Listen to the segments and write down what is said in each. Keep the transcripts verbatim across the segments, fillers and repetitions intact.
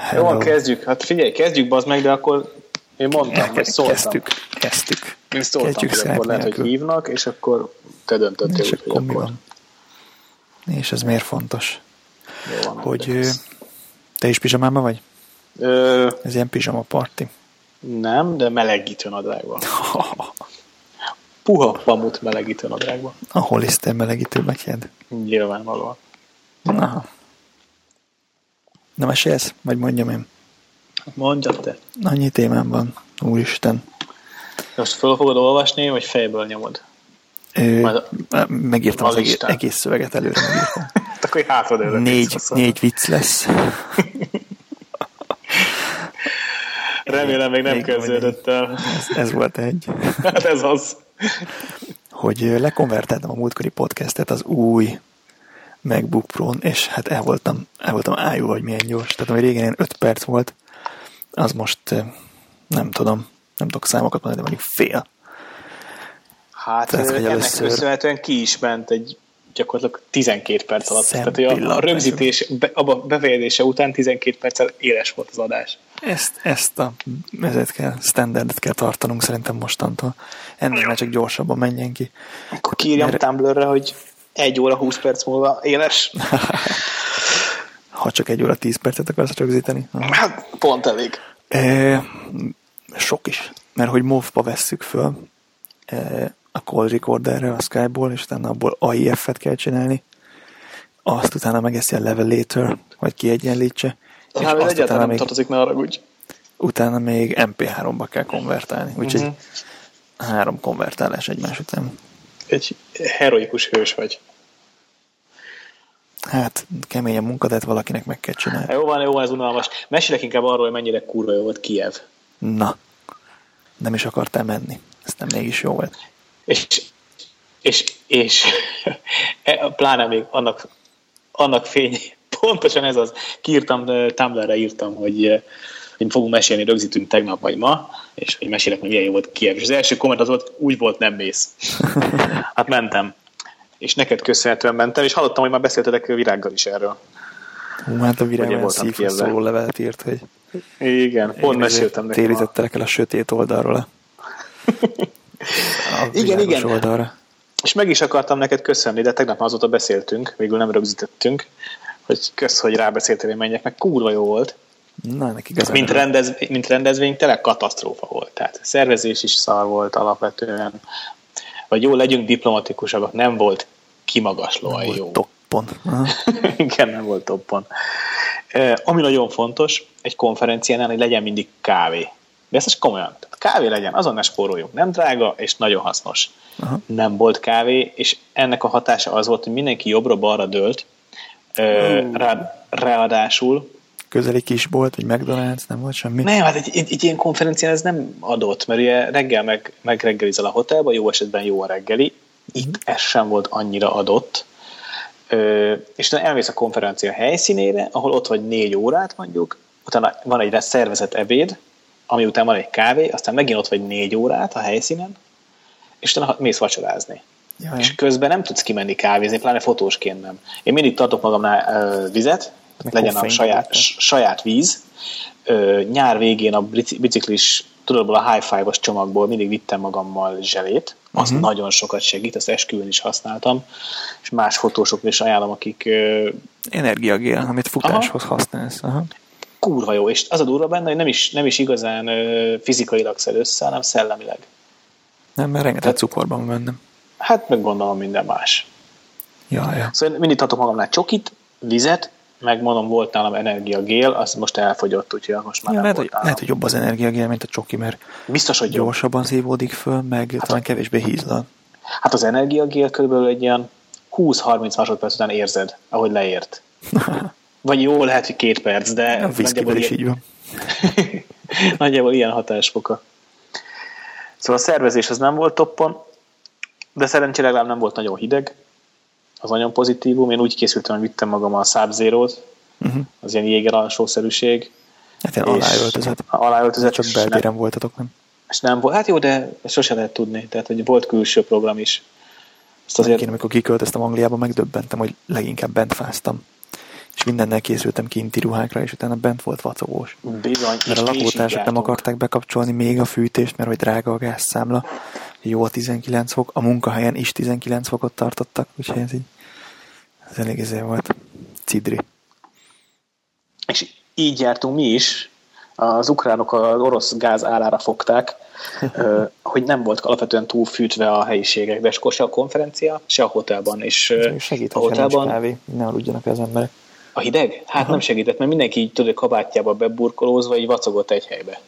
Jó, van, kezdjük. Hát figyelj, kezdjük bazd meg, de akkor én mondtam, hogy szóltam. Kezdtük, kezdtük. Én szóltam, kezdjük, hogy akkor lehet, hogy hívnak, és akkor te döntöttél, és úgy, akkor mi van. És ez miért fontos? Jó van, hogy ö, te is pizsamában vagy? Ö, ez ilyen pizsama party. Nem, de melegítő nadrágban. Puha pamut melegítő nadrágban. A Hollister melegítő megjed? Nyilvánvalóan. Na. Na mesélsz? Vagy mondjam én? Mondjad te. Annyi témám van. Úristen. Most fel fogod olvasni, vagy fejből nyomod? Ö, a, megírtam az egész, egész szöveget előre. Megírtam. Akkor hátradőlök. Négy, négy vicc lesz. Remélem még nem kezdődött el. Ez, ez volt egy. Hát ez az. Hogy lekonvertáltam a múltkori podcastet az új MacBook Pro-n, és hát el voltam, el voltam ájú, hogy milyen gyors. Tehát ami régen ilyen öt perc volt, az most nem tudom, nem tudok számokat mondani, de mondjuk fél. Hát Tehát, ennek először... köszönhetően ki is ment egy gyakorlatilag tizenkét perc alatt. Tehát a, a rögzítés, be, a befejezése után tizenkét perccel éles volt az adás. Ezt, ezt a ezért kell, standardet kell tartanunk szerintem mostantól. Ennél már csak gyorsabban menjen ki. Akkor kiírjam Mert... Tumblr-re, hogy egy óra húsz perc múlva éles. Ha csak egy óra tíz percet akarsz rögzíteni. Hát pont elég. E, sok is. Mert hogy móvba vesszük föl e, a call recorderre a Skype-ból, és utána abból á i ef-et kell csinálni. Azt utána megeszi a levelator, vagy kiegyenlítse. És hát azt egyáltalán nem tartozik, ne haragudj. Utána még em pé háromba kell konvertálni. Úgyhogy uh-huh. három konvertálás egymás után. Egy heroikus hős vagy. Hát, kemény a munka, de hát valakinek meg kell csinálni. Jó van, jó van, ez unalmas. Mesélek inkább arról, hogy mennyire kurva jó volt Kijev. Na, nem is akartál menni. Ez nem mégis jó volt. És, és, és pláne még annak, annak fény, pontosan ez az, kiírtam, Tumblr-re írtam, hogy, hogy fogunk mesélni, rögzítünk tegnap vagy ma, és hogy mesélek, hogy milyen jó volt Kijev. És az első komment az volt, úgy volt, nem mész. Hát mentem. És neked köszönhetően mentem, és hallottam, hogy már beszéltetek Virággal is erről. Hú, hát a Virág olyan szívhoz szóló levelet írt, hogy igen, pont meséltem nekem. Térítettelek el a sötét oldalról a, a igen, igen. oldalra. És meg is akartam neked köszönni, de tegnap azóta beszéltünk, végül nem rögzítettünk, hogy kösz, hogy rábeszéltél, hogy menjek, meg kurva jó volt. Na, neki igazán. Mint, rendez, mint rendezvény, tényleg katasztrófa volt. Tehát szervezés is szar volt alapvetően. Vagy jó, legyünk diplomatikusabbak, nem volt kimagaslóan nem jó. Volt toppon. Igen, nem volt toppon. Eh, ami nagyon fontos, egy konferenciánál, hogy legyen mindig kávé. De ezt is komolyan. Tehát kávé legyen, azon ne spóroljunk. Nem drága, és nagyon hasznos. Aha. Nem volt kávé, és ennek a hatása az volt, hogy mindenki jobbra-balra dőlt. Eh, uh. rá, ráadásul közeli kisbolt, vagy McDonald's, nem volt semmi? Nem, hát egy, egy, egy ilyen konferencián ez nem adott, mert ugye reggel meg, megreggelizel a hotelba, jó esetben jó a reggeli, itt ez sem volt annyira adott, Ö, és elmész a konferencia helyszínére, ahol ott vagy négy órát mondjuk, utána van egy szervezett ebéd, ami után van egy kávé, aztán megint ott vagy négy órát a helyszínen, és utána mész vacsorázni. Jaj. És közben nem tudsz kimenni kávézni, pláne fotósként nem. Én mindig tartok magamnál uh, vizet, meg legyen a saját, saját víz. Ö, nyár végén a biciklis, tudod, a high five-os csomagból mindig vittem magammal zselét. Azt uh-huh. nagyon sokat segít, azt esküvőn is használtam. És más fotósok is ajánlom, akik... Ö... Energiagél, amit futáshoz aha. használsz. Aha. Kurva jó, és az a durva benne, hogy nem is, nem is igazán ö, fizikailag szed össze, hanem szellemileg. Nem, mert rengeteg cukorban van bennem. Hát meg gondolom minden más. Ja, ja. Szóval mindig tartok magamnál csokit, vizet, meg mondom, volt nálam energiagél, az most elfogyott, úgyhogy most már ja, nem lehet, volt hogy, lehet, hogy jobb az energiagél, mint a csoki, mert biztos, hogy gyorsabban szívódik föl, meg hát talán kevésbé hízlal. Hát az energiagél körülbelül egy ilyen húsz-harminc másodperc után érzed, ahogy leért. Vagy jó, lehet, hogy két perc, de a viszkivel is így van. Nagyjából ilyen hatásfoka. Szóval a szervezés az nem volt toppon, de szerencsére legalább nem volt nagyon hideg. Az nagyon pozitívum. Én úgy készültem, hogy vittem magam a Sub-Zero-t, uh-huh. az ilyen jéger alsószerűség. Hát ilyen aláöltözet. Aláöltözet. Csak beltéren voltatok, nem? És nem volt. Hát jó, de sose lehet tudni. Tehát, hogy volt külső program is. Ezt azért... Én, amikor kiköltöztem Angliába, megdöbbentem, hogy leginkább bent fáztam. és mindennel készültem kinti ruhákra, és utána bent volt vacogós. Bizony. Mert a lakótársak nem akarták bekapcsolni még a fűtést, mert hogy drága a gázszámla, jó a tizenkilenc fok, a munkahelyen is tizenkilenc fokot tartottak, úgyhogy ez így ez elég ezért volt cidri. És így jártunk mi is, az ukránok az orosz gáz árára fogták, hogy nem volt alapvetően túlfűtve a helyiségek, de akkor se a konferencia, se a hotelban. És segít, a hotelban kávé, ne aludjanak az emberek. A hideg? Hát Aha. nem segített, mert mindenki így tudod, kabátjába beburkolózva, így vacogott egy helybe.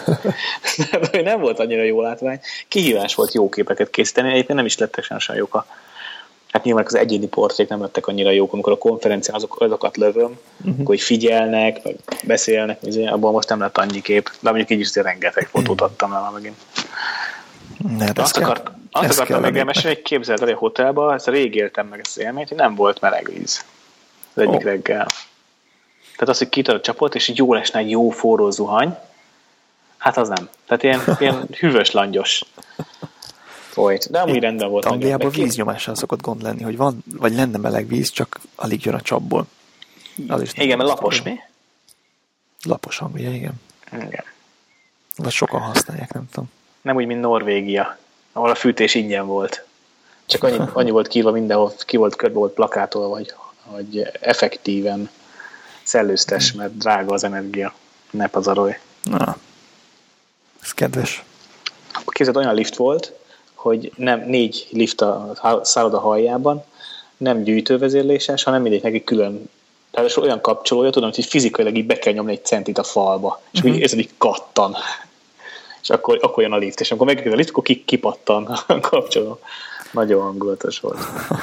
Nem volt annyira jó látvány. Kihívás volt jó képeket készíteni, egyébként nem is lettek sem jók a... Hát nyilván az egyéni portrék nem lettek annyira jók, amikor a konferencián azok, azokat lövöm, uh-huh. akkor figyelnek, vagy beszélnek, abból most nem lett annyi kép, de mondjuk így is rengeteg fotót adtam le megint. Ne, azt kell, akart, azt akartam még elmesélni, hogy képzeld el, hogy a hotelban, ezt rég éltem meg ezt az élményt, hogy nem volt meleg víz az egyik oh. reggel. Tehát az, hogy kitart a csapot, és így jól esne egy jó forró zuhany, hát az nem. Tehát ilyen, ilyen hűvös, langyos folyt. De amúgy rendben volt. Angliában víznyomással szokott gond lenni, hogy van, vagy lenne meleg víz, csak alig jön a csapból. Az is igen, mert lapos mi? Lapos Anglia, igen. Igen. Vagy sokan használják, nem tudom. Nem úgy, mint Norvégia, ahol a fűtés ingyen volt. Csak annyi, annyi volt kiírva mindenhol, ki volt körbe volt plakátolva, vagy hogy effektíven szellőztes, mert drága az energia. Ne pazarolj. Na, ez kedves. Képzeld, olyan lift volt, hogy nem négy lift a szálloda haljában, nem gyűjtővezérléses, hanem mindegy neki külön. Tehát olyan kapcsolója, tudom, hogy fizikailag így be kell nyomni egy centit a falba, és uh-huh. úgy érzed, hogy kattan. És akkor, akkor jön a lift, és amikor megérkezik a lift, akkor kipattan a kapcsoló. Nagyon hangulatos volt.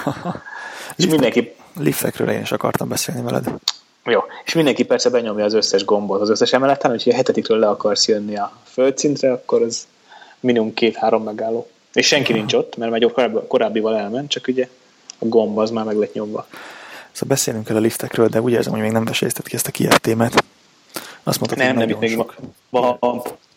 És mindenki... Liftekről én is akartam beszélni veled. Jó, és mindenki persze benyomja az összes gombot az összes emeleten, hogyha a hetedikről le akarsz jönni a földszintre, akkor az minimum két-három megálló. És senki nincs ott, mert már korábbi, korábbival elment, csak ugye a gomb az már meg lett nyomva. Szóval beszélünk el a liftekről, de úgy érzem, hogy még nem vesézted ki ezt a Kiev témát. Azt mondtad, nem, hogy nem, itt sok... még van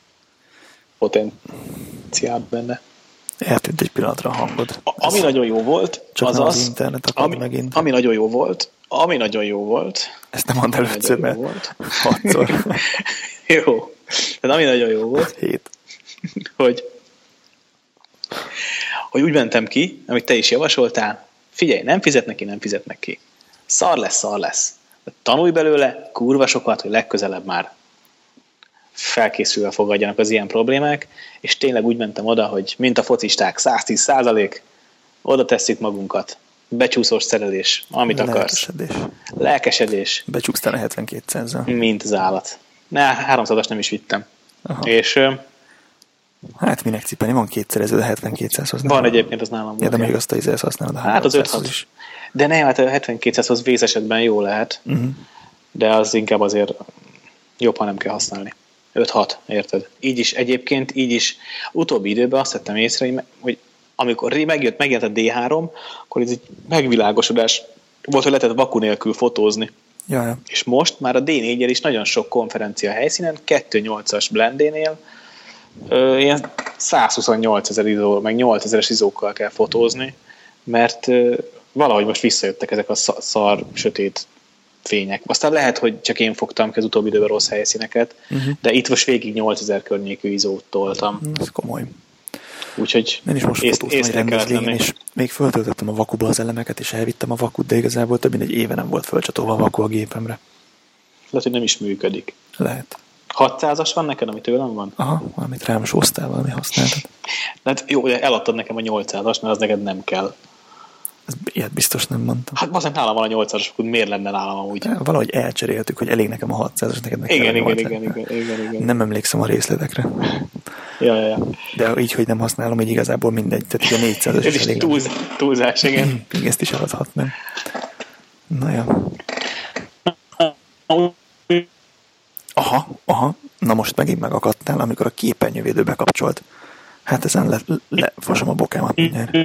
potenciál benne. Eltűnt egy pillanatra a hangod. A, ami ez nagyon jó volt, csak az az, az internet akad ami, megint. Ami nagyon jó volt, ami nagyon jó volt. Ezt nem mondd el ötször, mert hatszor. Jó. Tehát ami nagyon jó volt, Hét. hogy hogy úgy mentem ki, amit te is javasoltál, figyelj, nem fizetnek ki, nem fizetnek ki. Szar lesz, szar lesz. Tanulj belőle, kurva sokat, hogy legközelebb már felkészülve fogadjanak az ilyen problémák, és tényleg úgy mentem oda, hogy mint a focisták, száz tíz százalék, oda tesszük magunkat. Becsúszós szerelés, amit akarsz. Lelkesedés. Lelkesedés. Becsúsztál a hetvenkétszázzal. Mint az állat. Ne, háromszázas nem is vittem. Aha. És... Hát minek cipelni, van kétszerező, a hetvenkétszázhoz. Van egyébként, az nálam volt. Ja, de még azt a izéhez használod. Hát az öt hat is. De ne, hát a hetvenkétszázhoz vész esetben jó lehet, uh-huh. de az inkább azért jobb, ha nem kell használni. öt hat, érted? Így is egyébként, így is utóbbi időben azt vettem észre, hogy amikor megjött, megjött a dé három, akkor ez egy megvilágosodás volt, hogy lehetett vaku nélkül fotózni. Jaja. És most már a dé négyel is nagyon sok konferencia helyszínen, kettő nyolcas blendénél ö, ilyen százhuszonnyolc ezer izó, meg nyolcezeres izókkal kell fotózni, mert ö, valahogy most visszajöttek ezek a szar, sötét fények. Aztán lehet, hogy csak én fogtam ki az utóbbi időben rossz helyszíneket, uh-huh. de itt most végig nyolcezer környékű izót toltam. Ez komoly. Úgyhogy én is most észt, fotóztam egy rendezvényen, és még föltöltöttem a vakuba az elemeket, és elvittem a vakut, de igazából több mint egy éve nem volt fölcsatolva a vaku a gépemre. Lehet, hogy nem is működik. Lehet. hatszázas van neked, ami tőlem van? Aha, valamit rám sóztál, valami használtad. Hát jó, eladtad nekem a nyolcszázas, mert az neked nem kell. Ez ilyet biztos nem mondtam. Hát azért nálam van a nyolcszázas, akkor miért lenne nálam amúgy? Valahogy elcseréltük, hogy elég nekem a hatszázas, neked meg igen, igen, igen, igen, igen, igen. Nem emlékszem a részletekre. Ja, ja, ja. De így, hogy nem használom, így igazából mindegy. Tehát ugye négyszázas ez is, is túlz, túlzás, igen. Még ezt is eladhatnám. Na ja. Aha, aha. Na most megint megakadtál, amikor a képernyővédő bekapcsolt. Hát ezen le, lefosom a bokámat mindjárt.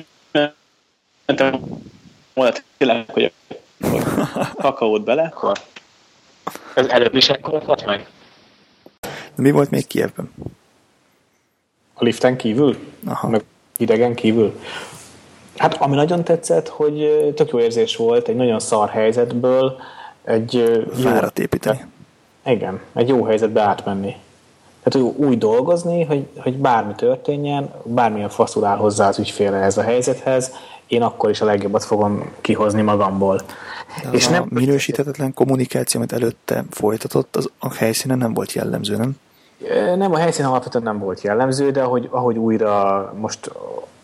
Mondta tényleg, hogy a kakaót bele, akkor ez előbb is ekkor hat meg. De mi volt még Kijevben? A liften kívül? Aha. Meg idegen kívül? Hát ami nagyon tetszett, hogy tök jó érzés volt egy nagyon szar helyzetből egy jó... Várat építeni. Igen, egy jó helyzetbe átmenni. Tehát hogy úgy dolgozni, hogy, hogy bármi történjen, bármilyen faszul áll hozzá az ügyfél ez a helyzethez, én akkor is a legjobbat fogom kihozni magamból. De és a nem minősíthetetlen kommunikáció, amit előtte folytatott, az a helyszínen nem volt jellemző, nem? Nem, a helyszínen alapvetően nem volt jellemző, de ahogy, ahogy újra most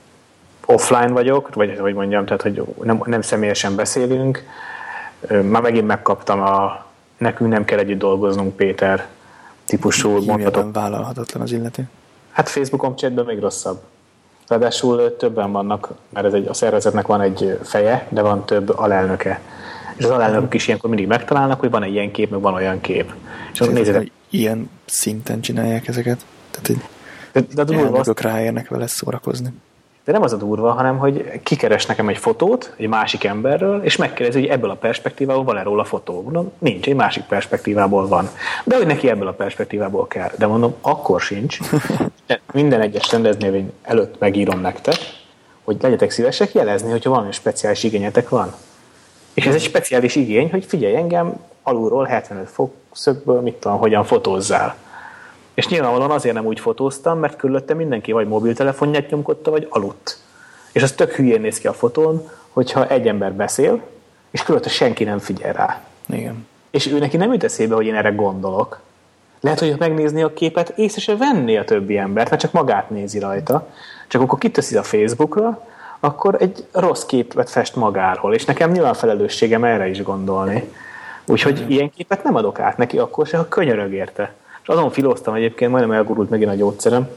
offline vagyok, vagy hogy mondjam, tehát hogy nem, nem személyesen beszélünk, már megint megkaptam a nekünk nem kell együtt dolgoznunk, Péter típusú mondatot. Vállalhatatlan az illető. Hát Facebookon chatben még rosszabb. Ráadásul többen vannak, mert ez egy, a szervezetnek van egy feje, de van több alelnöke. És az alelnökök is ilyenkor mindig megtalálnak, hogy van egy ilyen kép, meg van olyan kép. És és nézzétek, hogy ilyen szinten csinálják ezeket? Tehát, hogy de, de elnökök ráérnek vele szórakozni. De nem az a durva, hanem hogy kikeres nekem egy fotót egy másik emberről, és megkérdezi, hogy ebből a perspektívából van-e róla fotó. Mondom, nincs, egy másik perspektívából van. De hogy neki ebből a perspektívából kell. De mondom, akkor sincs. De minden egyes rendezvény előtt megírom nektek, hogy legyetek szívesek jelezni, hogyha valami speciális igényetek van. És ez egy speciális igény, hogy figyelj engem alulról hetvenöt fok szögből, mit tudom, hogyan fotózzál. És nyilvánvalóan azért nem úgy fotóztam, mert körülötte mindenki vagy mobiltelefonját nyomkodta, vagy aludt. És az tök hülyén néz ki a fotón, hogyha egy ember beszél, és körülötte senki nem figyel rá. Igen. És ő neki nem jut eszébe, hogy én erre gondolok. Lehet, hogy megnézni a képet, észre se venni a többi embert, mert csak magát nézi rajta. Csak akkor kiteszi a Facebookra, akkor egy rossz képet fest magáról. És nekem nyilván felelősségem erre is gondolni. Úgyhogy mm. ilyen képet nem adok át neki, akkor se, ha könyörög érte. És azon filóztam egyébként, majdnem elgurult megint a gyógyszerem,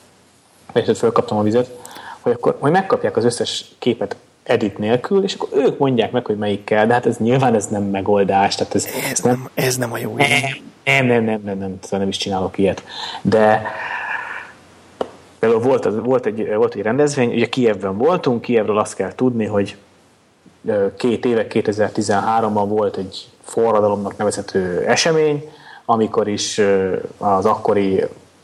és fölkaptam a vizet, hogy akkor majd megkapják az összes képet edit nélkül, és akkor ők mondják meg, hogy melyik kell, de hát ez nyilván ez nem megoldás. Tehát ez, ez, nem, ez nem a jó nem, nem, nem, nem, nem, nem, nem is csinálok ilyet. De például volt, az, volt, egy, volt egy rendezvény, ugye Kijevben voltunk, Kijevről azt kell tudni, hogy két éve, kétezer-tizenháromban volt egy forradalomnak nevezhető esemény, amikor is az akkori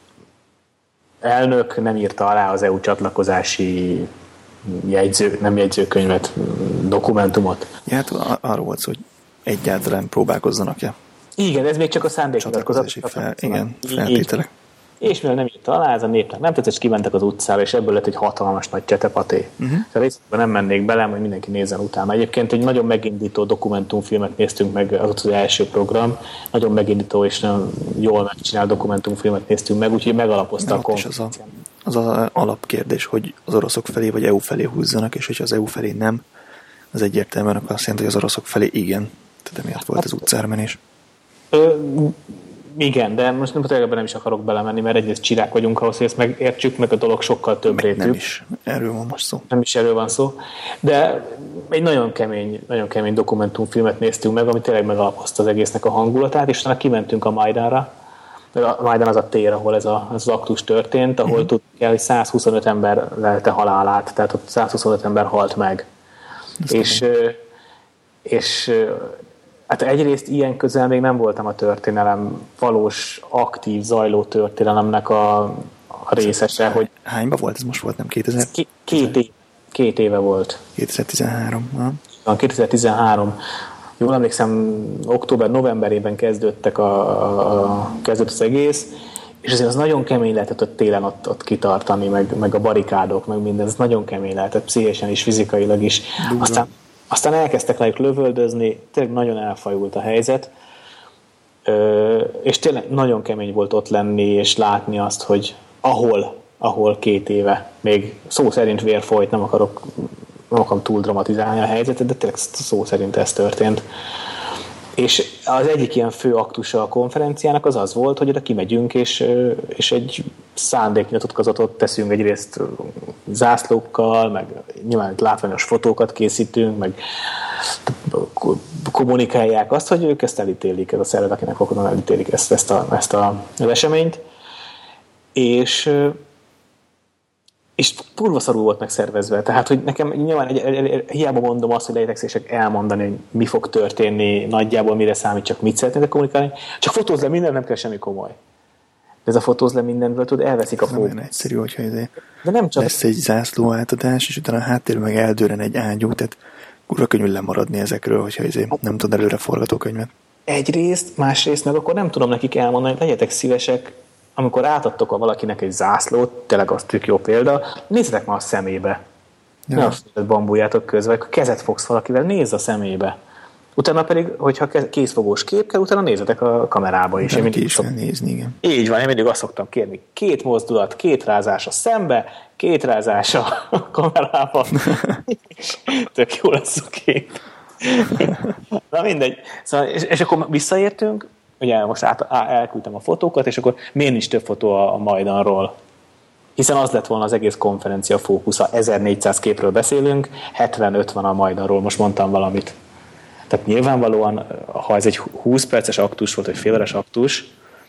elnök nem írta alá az é u csatlakozási jegyző, nem jegyzőkönyvet, dokumentumot. Ja, hát arról volt szó, hogy egyáltalán próbálkozzanak-e. Igen, ez még csak a szándéknyilatkozat. Fel, igen, feltételek. És mivel nem írta alá, ez a népnek nem tetszett, és kimentek az utcára, és ebből lett egy hatalmas nagy csetepaté. Uh-huh. A részletben nem mennék bele, hogy mindenki nézzen utána. Egyébként egy nagyon megindító dokumentumfilmet néztünk meg, az az első program, nagyon megindító és nagyon jól megcsinált dokumentumfilmet néztünk meg, úgyhogy megalapozta a konferencián. Az az a alapkérdés, hogy az oroszok felé vagy é u felé húzzanak, és hogyha az é u felé nem, az egyértelműen akkor azt jelenti, hogy az oroszok felé igen. Tehát emiatt volt az utcára menés. Ö, igen, de most nem, ebben nem is akarok belemenni, mert egyrészt csirák vagyunk ahhoz, hogy ezt megértsük, meg a dolog sokkal több rétű. Nem is, erről van most szó. Nem is erről van szó. De egy nagyon kemény, nagyon kemény dokumentumfilmet néztünk meg, ami tényleg megalapozta az egésznek a hangulatát, és utána kimentünk a Majdanra. A Majdan az a tér, ahol ez a, az aktus történt, ahol uh-huh. tudni kell, hogy százhuszonöt ember lelte halálát, tehát ott százhuszonöt ember halt meg. Ezt és, és hát egyrészt ilyen közel még nem voltam a történelem, valós, aktív, zajló történelemnek a, a részese. Hogy hányban volt ez most volt, nem kétezer? Két, két, éve, két éve volt. kétezer-tizenhárom. Ha? kétezer-tizenhárom. Jól emlékszem, október-novemberében kezdődtek a, a, a, kezdődött az egész, és azért az nagyon kemény lehetett ott télen ott, ott kitartani, meg, meg a barikádok, meg minden, ez nagyon kemény lehetett, pszichésen is, fizikailag is. Aztán, aztán elkezdtek rájuk lövöldözni, tényleg nagyon elfajult a helyzet, Ö, és tényleg nagyon kemény volt ott lenni, és látni azt, hogy ahol, ahol két éve, még szó szerint vér folyt, nem akarok, nem akarom túl dramatizálni a helyzetet, de tényleg szó szerint ez történt. És az egyik ilyen fő aktusa a konferenciának az az volt, hogy oda kimegyünk, és, és egy szándéknyilatkozatot teszünk egyrészt zászlókkal, meg nyilván látványos fotókat készítünk, meg kommunikálják azt, hogy ők ezt elítélik, ez a szervezet, akinek akkor elítélik ezt, ezt, a, ezt a, az eseményt. És és kurva szarul volt megszervezve. Tehát, hogy nekem nyilván egy, egy, egy, hiába mondom azt, hogy legyetek elmondani, hogy mi fog történni, nagyjából mire számít, csak mit szeretnétek kommunikálni. Csak fotóz le minden, nem kell semmi komoly. De ez a fotóz le mindenből, tudod, elveszik a fókusz. Nem olyan egyszerű, hogyha De nem csak... lesz egy zászló átadás, és utána a háttérben meg eldőren egy ágyú, tehát kurva könnyű lemaradni ezekről, hogyha ezért nem tud előre forgatókönyvet. Egyrészt, másrészt meg akkor nem tudom nekik elmondani, hogy legyetek szívesek, amikor átadtok a valakinek egy zászlót, tényleg az tök jó példa, nézzetek már a szemébe. Ja. Ne azt bambuljátok közben, akkor kezet fogsz valakivel, nézz a szemébe. Utána pedig, hogyha kézfogós kép kell, utána nézzetek a kamerába is. Utána ki is kell nézni, igen. Így van, én mindig azt szoktam kérni. Két mozdulat, két rázás a szembe, két rázás a kamerába. Tök jó lesz a kép. Na mindegy. Szóval, és, és akkor visszaértünk, ugye most át, á, elküldtem a fotókat, és akkor miért nincs több fotó a, a Majdanról? Hiszen az lett volna az egész konferencia fókusza. ezernégyszáz képről beszélünk, hetven-ötven a Majdanról, most mondtam valamit. Tehát nyilvánvalóan, ha ez egy húsz perces aktus volt, vagy fél aktus,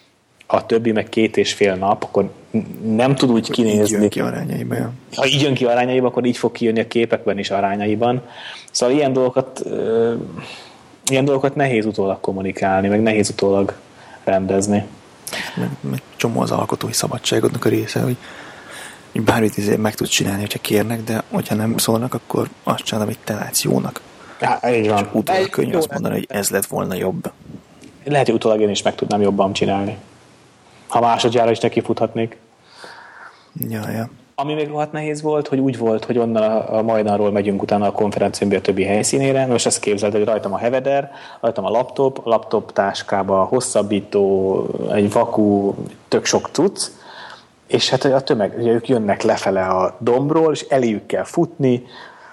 a többi meg két és fél nap, akkor nem tud úgy kinézni. Így jön ki arányaiban. Ja. Ha így jön ki arányaiban, akkor így fog kijönni a képekben is arányaiban. Szóval ilyen dolgokat, euh, ilyen dolgokat nehéz utólag kommunikálni, meg nehéz utólag rendezni. Meg, meg csomó az alkotói szabadságodnak a része, hogy bármit izé meg tudsz csinálni, hogyha kérnek, de hogyha nem szólnak, akkor azt csinálom, hogy te látsz jónak. Há, így van. Utólag könnyű azt mondani, hogy ez lett volna jobb. Lehet, hogy utólag én is meg tudnám jobban csinálni. Ha másodjára is nekifuthatnék. Ja, ja. Ami még rohadt nehéz volt, hogy úgy volt, hogy onnan a Majdanról megyünk utána a konferenciumban a többi helyszínére. Most ezt képzeld, hogy rajtam a Heveder, rajtam a laptop, a laptop táskába a hosszabbító, egy vakú, tök sok cucc, és hát a tömeg, ugye ők jönnek lefele a dombról, és eléjük kell futni,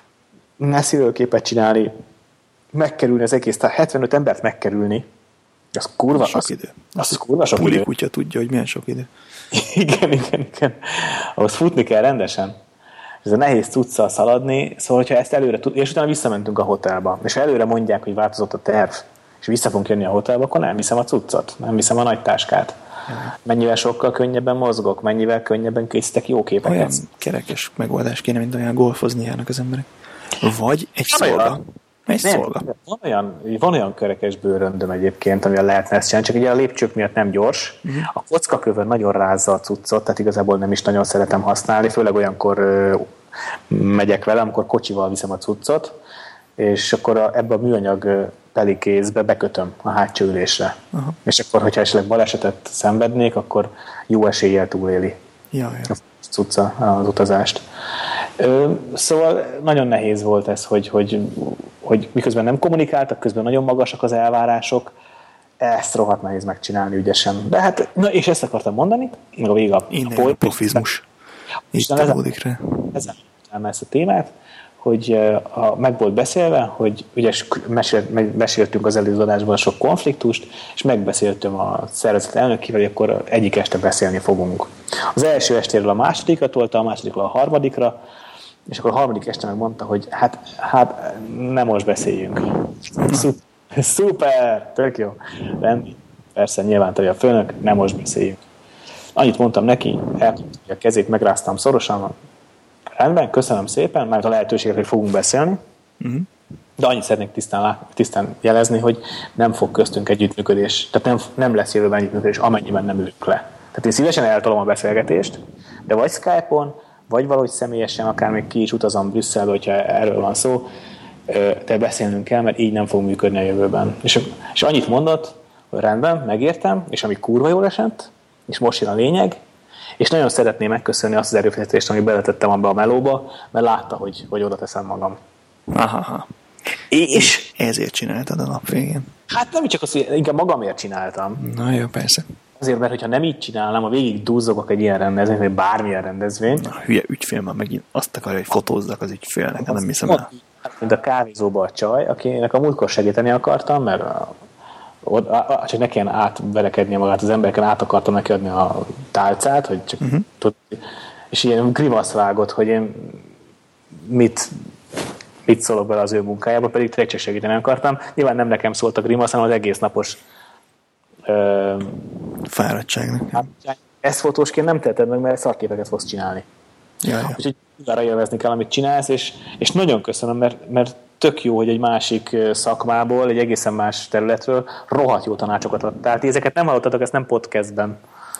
messziről képet csinálni, megkerülni az egész, tehát hetvenöt embert megkerülni, az kurva, sok az, idő. Az, az kurva sok Puli idő. kutya tudja, hogy milyen sok idő. igen, igen, igen. Ahhoz futni kell rendesen. Ez a nehéz cuccal szaladni, szóval, hogyha ezt előre tud, és utána visszamentünk a hotelba, és ha előre mondják, hogy változott a terv, és vissza fogunk jönni a hotelba, akkor nem viszem a cuccot, nem viszem a nagy táskát. Mennyivel sokkal könnyebben mozgok, mennyivel könnyebben készítek jó képeket. Olyan kerekes megoldás kéne, mint olyan golfozni járnak az emberek. Vagy egy nem szolga. Olyan. Egy nem, szolga. Van olyan, van olyan kerekes bőröndöm egyébként, amivel lehetne ezt csinálni, csak ugye a lépcsők miatt nem gyors. Uh-huh. A kockakövön nagyon rázza a cuccot, tehát igazából nem is nagyon szeretem használni, főleg olyankor ö, megyek vele, amikor kocsival viszem a cuccot, és akkor a, ebbe a műanyag pelikézbe bekötöm a hátsó ülésre. Uh-huh. És akkor, hogyha esetleg balesetet szenvednék, akkor jó eséllyel túléli ja, ja. a cucca az utazást. Ö, szóval nagyon nehéz volt ez, hogy, hogy, hogy miközben nem kommunikáltak, közben nagyon magasak az elvárások, ezt rohadt nehéz megcsinálni ügyesen. De hát, na és ezt akartam mondani, meg a vége a, a, a profizmus. Így tanulódik rá. Ezen ezt a témát, hogy a, meg volt beszélve, hogy ugye mesélt, meséltünk az előző adásban sok konfliktust, és megbeszéltem a szervezet elnökével, hogy akkor egyik este beszélni fogunk. Az első estéről a másodikra tolta, a másodikról a harmadikra, és akkor a harmadik este megmondta, hogy hát, hát nem most beszéljünk. Szuper, szuper, tök jó. Rendben. Persze, nyilván te a főnök, nem most beszéljünk. Annyit mondtam neki, elkaptam a kezét, megráztam szorosan, rendben, köszönöm szépen, már a lehetőséget, hogy fogunk beszélni, uh-huh. de annyit szeretnék tisztán, lá- tisztán jelezni, hogy nem fog köztünk együttműködés, tehát nem, nem lesz jövőben együttműködés, amennyiben nem ülünk le. Tehát én szívesen eltolom a beszélgetést, de vagy Skype-on, vagy valahogy személyesen, akár még ki is utazom Brüsszelbe, hogyha erről van szó, de beszélnünk kell, mert így nem fog működni a jövőben. És, és annyit mondott, hogy rendben, megértem, és ami kurva jól esett, és most jön a lényeg, és nagyon szeretném megköszönni azt az erőfeszítést, amit beletettem abba a melóba, mert látta, hogy, hogy oda teszem magam. Aha. És ezért csináltad a nap végén. Hát nem csak azt, hogy inkább magamért csináltam. Na jó, persze. Azért, mert hogyha nem így csinálnám, ha végig dúzzogok egy ilyen rendezvény, vagy bármilyen rendezvény. Na, hülye ügyfél már megint azt akarja, hogy fotózzak az ügyfélnek, nem hiszem el. Mint a kávézóba a csaj, akinek a múltkor segíteni akartam, mert csak ne kelljen átverekednie magát az embereken, át akartam neki adni a tálcát, hogy csak uh-huh. tud, és ilyen grimasz vágott, hogy én mit, mit szólok bele az ő munkájába, pedig tényleg csak segíteni akartam. Nyilván nem nekem szólt a grimasz, hanem az egész napos ö, fáradtságnak. Ezt fotósként nem teheted meg, mert szarképeket fogsz csinálni. Jaj, jaj. Úgyhogy arra élvezni kell, amit csinálsz, és, és nagyon köszönöm, mert, mert tök jó, hogy egy másik szakmából, egy egészen más területről rohadt jó tanácsokat adtál. Ti ezeket nem hallottatok, ezt nem podcastben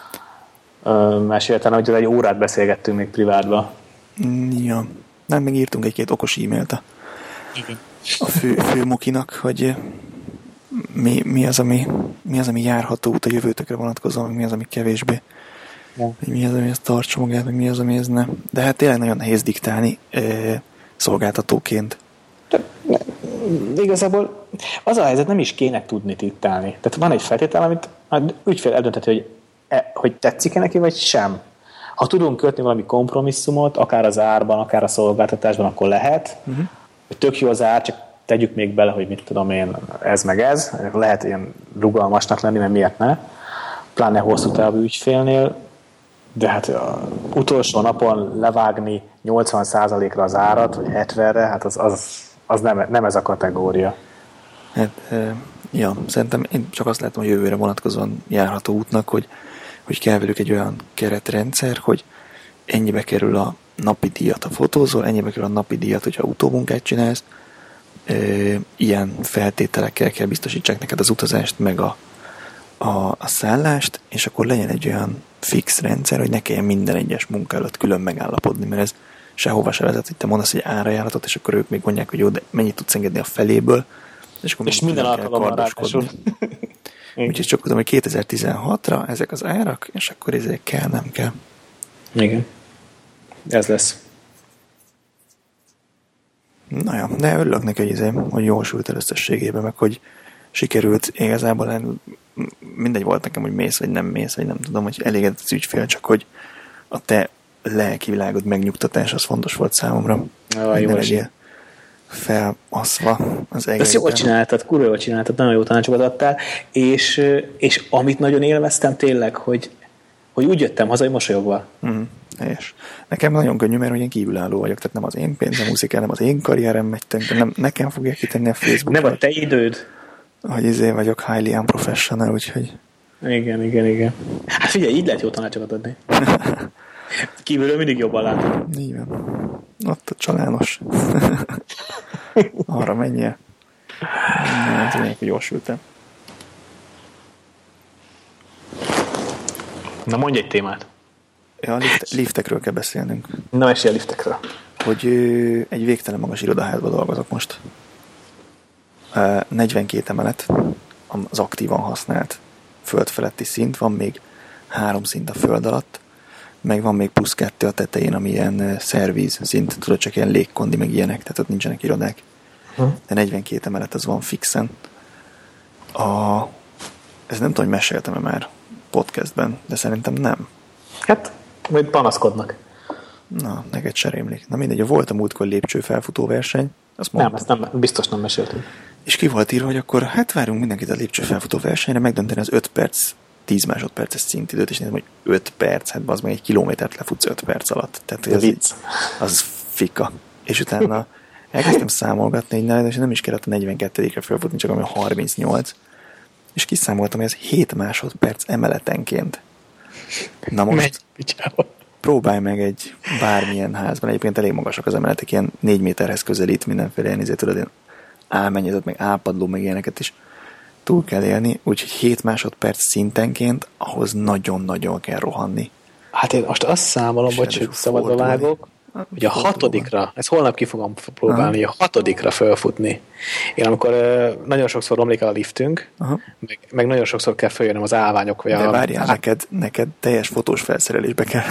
meséltem, hogy egy órát beszélgettünk még privátban. Ja, nem, még írtunk egy-két okos e-mailt a a fő, főmukinak, hogy mi, mi, az, ami, mi az, ami járható út a jövőtökre vonatkozóan, meg mi az, ami kevésbé. Ja. Mi az, ami ezt tartsa magát, meg mi az, ami ez ne. De hát tényleg nagyon nehéz diktálni e, szolgáltatóként. De, ne, igazából az a helyzet, nem is kéne tudni diktálni. Tehát van egy feltétel, amit a ügyfél eldönteti, hogy, e, hogy tetszik-e neki, vagy sem. Ha tudunk kötni valami kompromisszumot, akár az árban, akár a szolgáltatásban, akkor lehet. Uh-huh. Tök jó az ár, csak tegyük még bele, hogy mit tudom én, ez meg ez. Lehet ilyen rugalmasnak lenni, mert miért ne. Pláne hosszú távú ügyfélnél. De hát a utolsó napon levágni nyolcvan százalékra az árat, vagy hetvenre, hát az, az, az nem, nem ez a kategória. Hát, ja, szerintem én csak azt látom, hogy jövőre vonatkozóan járható útnak, hogy, hogy kell velük egy olyan keretrendszer, hogy ennyibe kerül a napi díjat, a fotózol, ennyibe kerül a napi díjat, hogyha utómunkát csinálsz, e, ilyen feltételekkel kell biztosítsák neked az utazást, meg a, a, a szállást, és akkor legyen egy olyan fix rendszer, hogy ne kelljen minden egyes munka előtt külön megállapodni, mert ez sehova se vezet, hogy te mondasz egy árajánlatot, és akkor ők még mondják, hogy jó, de mennyit tudsz engedni a feléből, és akkor és minden alkalommal ráadásul. Úgyhogy csak tudom, hogy kétezer-tizenhatra ezek az árak, és akkor ezek kell, nem kell. Igen. Ez lesz. Na ja, de örülök neki, hogy, ezért, hogy jól sült el összességében, meg hogy sikerült, igazából mindegy volt nekem, hogy mész, vagy nem mész, vagy nem tudom, hogy elégedett az ügyfél, csak hogy a te lelki világod megnyugtatás, az fontos volt számomra. Jaj, jó legyél felaszva az egészben. Ezt jól csináltad, kurva jól csináltad, nagyon jó tanácsokat adtál, és, és amit nagyon élveztem tényleg, hogy, hogy úgy jöttem haza, hogy mosolyogva. Mm, és nekem nagyon könnyű, mert én kívülálló vagyok, tehát nem az én pénzem múszik el, nem az én karrierem megy tönkre, nem nekem fogják kitenni a Facebookra. Nem a te időd. Hogy izé vagyok highly unprofessional, úgyhogy... Igen, igen, igen. Hát figyelj, így lehet jó tanácsokat adni. Kívülről mindig jobban látom. Így van. Ott a csalános. Arra menjél. Nem tudom, hogy gyorsultam. Na mondj egy témát. Ja, a lift, liftekről kell beszélnünk. Na, mesélj a liftekről. Hogy ö, egy végtelen magas irodaházban dolgozok most. Uh, negyvenkét emelet az aktívan használt föld feletti szint, van még három szint a föld alatt, meg van még plusz kettő a tetején, ami ilyen szervíz szint, tudod, csak ilyen légkondi, meg ilyenek, tehát ott nincsenek irodák. Hm. De negyvenkét emelet az van fixen. A, ez nem tudom, hogy meséltem-e már podcastben, de szerintem nem. Hát, majd panaszkodnak. Na, neked se rémlik. Na mindegy, volt a múltkor lépcső felfutó verseny. Azt nem, ezt nem, biztos nem meséltünk. És ki volt írva, hogy akkor hát várunk mindenkit a lépcső felfutó versenyre, megdönteni az öt perc, tíz másodperces szintidőt, és nézem, hogy öt perc, hát az meg egy kilométert lefutsz öt perc alatt. Tehát az, így, az fika. És utána elkezdtem számolgatni, és nem is kellett a negyvenkettedikre felfutni, csak ami a harmincnyolc. És kiszámoltam, hogy ez hét másodperc emeletenként. Na most Megy, próbálj meg egy bármilyen házban, egyébként elég magasak az emeletek, ilyen négy méterhez közelít mindenféle ilyen, ezért tudod, ilyen álmennyezet, meg álpadló, meg ilyeneket is túl kell élni, úgyhogy hét másodperc szintenként ahhoz nagyon-nagyon kell rohanni. Hát én most azt számolom, bocs, hogy szabadba vágok, hogy a hatodikra, ezt holnap ki fogom próbálni, a hatodikra felfutni. Én amikor nagyon sokszor romlik el a liftünk, meg, meg nagyon sokszor kell följönnöm az állványok. Vagy de a, várjál, á... neked, neked teljes fotós felszerelésbe kell.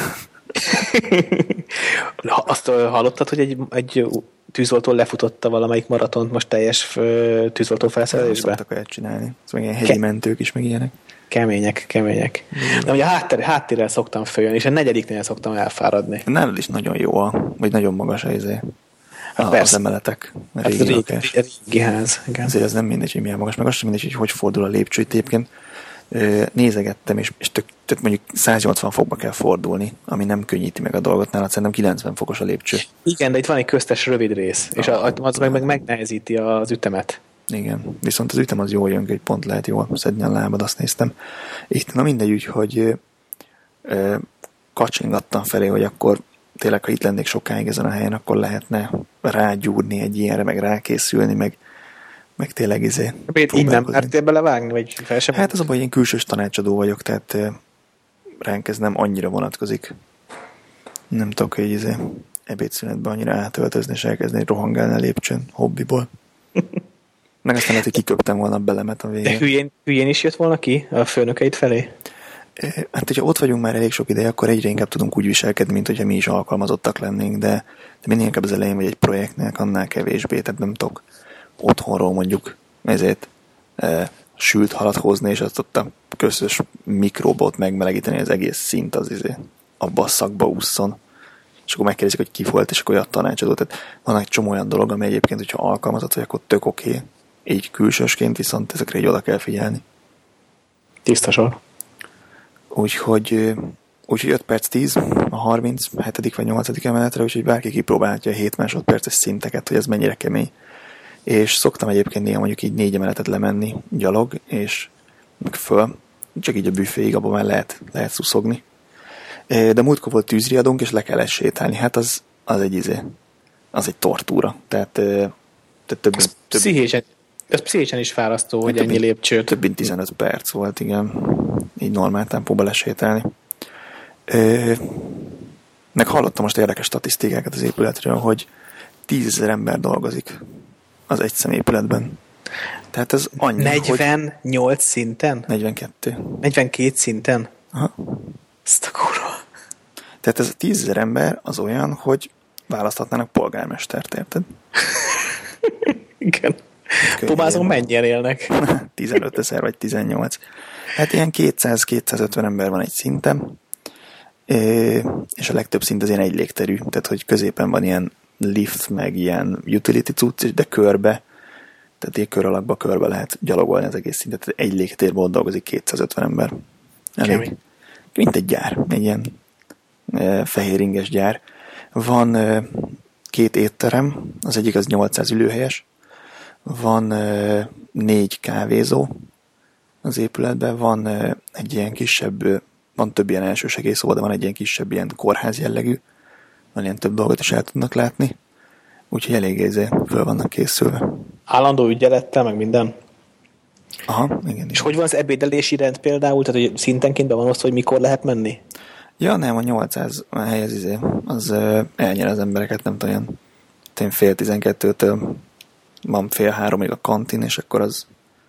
Azt hallottad, hogy egy, egy tűzoltó lefutotta valamelyik maratont most teljes tűzoltó felszerelésbe? Szoktak olyat csinálni. Szóval ilyen hegyi Ke- mentők is, meg ilyenek. Kemények, kemények. Mm. De ugye a háttér, háttérrel szoktam följönni, és a negyediknél szoktam elfáradni. Nálad is nagyon jó, a, vagy nagyon magas a izé. Hát az emeletek. A régi, régi, régi ház. Igen. Azért ez nem mindegy, hogy milyen magas, meg az sem mindegy, hogy hogy fordul a lépcső. Egyébként nézegettem, és, és tök, tök mondjuk száznyolcvan fokba kell fordulni, ami nem könnyíti meg a dolgot, nálad szerintem kilencven fokos a lépcső. Igen, de itt van egy köztes rövid rész, és ah, az meg, meg megnehezíti az ütemet. Igen, viszont az ütem az jól jön, hogy pont lehet jól szedni a lábad, azt néztem. Itt, na mindegy, úgy, hogy ö, kacsingattam felé, hogy akkor tényleg, ha itt lennék sokáig ezen a helyen, akkor lehetne rágyúrni egy ilyenre, meg rákészülni, meg, meg tényleg izé így nem mertél belevágni, vagy fel sem? Hát az a baj, én külsős tanácsadó vagyok, tehát ránk ez nem annyira vonatkozik. Nem tudok, hogy izé ebédszünetben annyira átöltözni, és elkezdeni rohangálni a lépcsőn hobbiból. Meg aztán lehet, hogy kiköptem volna a belemet a végén. De hülyén, hülyén is jött volna ki a főnökeid felé? Hát, hogyha ott vagyunk már elég sok ideje, akkor egyre inkább tudunk úgy viselkedni, mint hogyha mi is alkalmazottak lennénk, de, de minél inkább az elején vagy egy projektnek, annál kevésbé, tehát nem tudok otthonról mondjuk ezért e, sült halat hozni, és azt ott a közös mikrobot megmelegíteni, az egész szint az izé, abba a szakba ússzon. És akkor megkérdezik, hogy ki volt, és akkor olyan tanácsadó. Tehát van egy csomó olyan dolog, ami egyébként, hogyha alkalmazott vagy, akkor tök oké. Okay. Így külsősként viszont ezekre így oda kell figyelni. Tiszta sor. Úgyhogy, úgyhogy öt perc tíz, a harminchetedik vagy nyolcadik emeletre, úgyhogy bárki kipróbálhatja a hét másodperces szinteket, hogy ez mennyire kemény. És szoktam egyébként néha mondjuk így négy emeletet lemenni gyalog, és meg föl, csak így a büféig, abban már lehet, lehet szuszogni. De múltkor volt tűzriadónk, és le kellett sétálni. Hát az, az egy izé, az egy tortúra. Tehát, tehát több, ez, több, pszichésen, ez pszichésen is fárasztó, hogy ennyi lépcsőt. Több mint tizenöt perc volt, igen. Így normál tempóba lesétálni. Ö, meg hallottam most érdekes statisztikákat az épületről, hogy tízezer ember dolgozik az egy személyépületben. Tehát ez annyi, negyvennyolc hogy... szinten? negyvenkettő. negyvenkét szinten? Aha. Ezt a kurva. Tehát ez a tízezer ember az olyan, hogy választhatnának polgármestert, érted? Igen. Pomázon mennyien élnek? tizenöt ezer vagy tizennyolc. Hát ilyen kétszáz-kétszázötven ember van egy szinten, és a legtöbb szint az ilyen egy légterű, tehát hogy középen van ilyen lift, meg ilyen utility cucc, de körbe, tehát ilyen kör alakba körbe lehet gyalogolni az egész szintet, tehát egy légtérben ott dolgozik kétszázötven ember. Elég, mint egy gyár, egy ilyen e, fehéringes gyár. Van e, két étterem, az egyik az nyolcszáz ülőhelyes, van e, négy kávézó az épületben, van e, egy ilyen kisebb, van több ilyen elsősegélyszóba, de van egy ilyen kisebb ilyen kórház jellegű, van ilyen több dolgot is el tudnak látni, úgyhogy elég érzé föl vannak készülve. Állandó ügyelettel, meg minden? Aha, igen. És igen. Hogy van az ebédelési rend például? Tehát, hogy szintenként be van osztva, hogy mikor lehet menni? Ja, nem, a nyolcszáz hely az izé, az uh, elnyer az embereket, nem tudom, olyan fél tizenkettőtől van fél háromig a kantin, és akkor az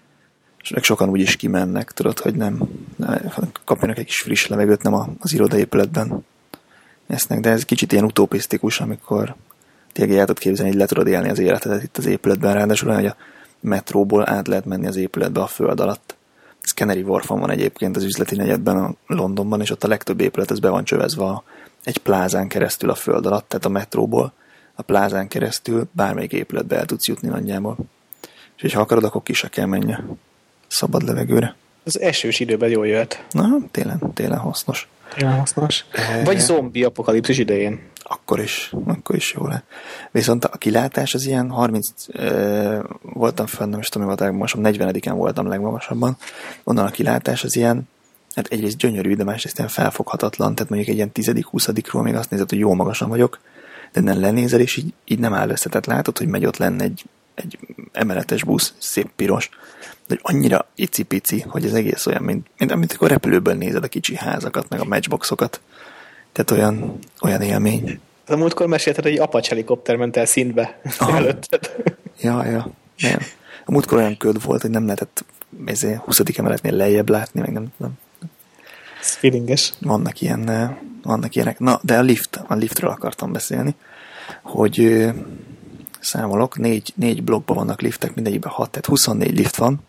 és sokan úgy is kimennek, tudod, hogy nem, nem kapjanak egy kis friss levegőt, nem az irodaépületben esznek, de ez kicsit ilyen utopisztikus, amikor tényleg el tudod képzelni, hogy le tudod élni az életedet itt az épületben, ráadásul hogy a metróból át lehet menni az épületbe a föld alatt. Ez Canary Wharfon van egyébként az üzleti negyedben a Londonban, és ott a legtöbb épület az be van csövezve egy plázán keresztül a föld alatt, tehát a metróból a plázán keresztül bármelyik épületbe el tudsz jutni nagyjából. És ha akarod, akkor ki se kell menni szabad levegőre. Az esős időben jól jöhet. Na, télen, télen hasznos. Télen hasznos. Vagy zombi apokalipszis idején. Akkor is, akkor is jó lehet. Viszont a kilátás az ilyen harminc, e, voltam fönn, nem is tudom, mi volt a legmagasabb, negyvenediken voltam legmagasabban. Onnan a kilátás az ilyen, hát egyrészt gyönyörű, de másrészt ilyen felfoghatatlan, tehát mondjuk egy ilyen tizedik-huszadikról még azt nézed, hogy jó magasan vagyok, de nem lenézel, és így, így nem áll össze. Tehát látod, hogy megy ott lenne egy, egy emeletes busz, szép piros, de annyira icipici, hogy az egész olyan, mint, mint amit akkor repülőből nézed a kicsi házakat, meg a matchboxokat. Tehát olyan, olyan élmény. A múltkor mesélted, hogy egy Apache helikopter ment el szintbe előtted. Ja, ja. Nem. A múltkor olyan köd volt, hogy nem lehetett ezért huszadik emeletnél lejjebb látni, meg nem tudom. Ez feelinges. Vannak ilyen, vannak ilyenek. Na, de a lift, a liftről akartam beszélni, hogy számolok, négy, négy blokkban vannak liftek, mindegyikben hat, tehát huszonnégy lift van,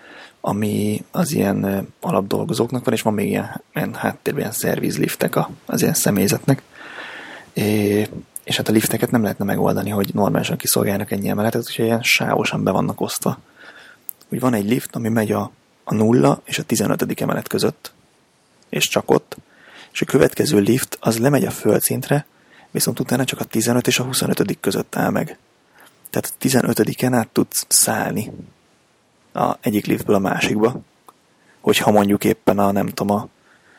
ami az ilyen alapdolgozóknak van, és van még ilyen, ilyen háttérben ilyen szervizliftek az ilyen személyzetnek. É, és hát a lifteket nem lehetne megoldani, hogy normálisan kiszolgálnak ennyi emeletet, úgyhogy ilyen sávosan be vannak osztva. Úgy van egy lift, ami megy a, a nulla és a tizenötödik emelet között, és csak ott, és a következő lift az lemegy a földszintre, viszont utána csak a tizenöt és a huszonötödik között áll meg. Tehát a tizenötödiken át tudsz szállni a egyik liftből a másikba, hogyha mondjuk éppen a, nem tudom, a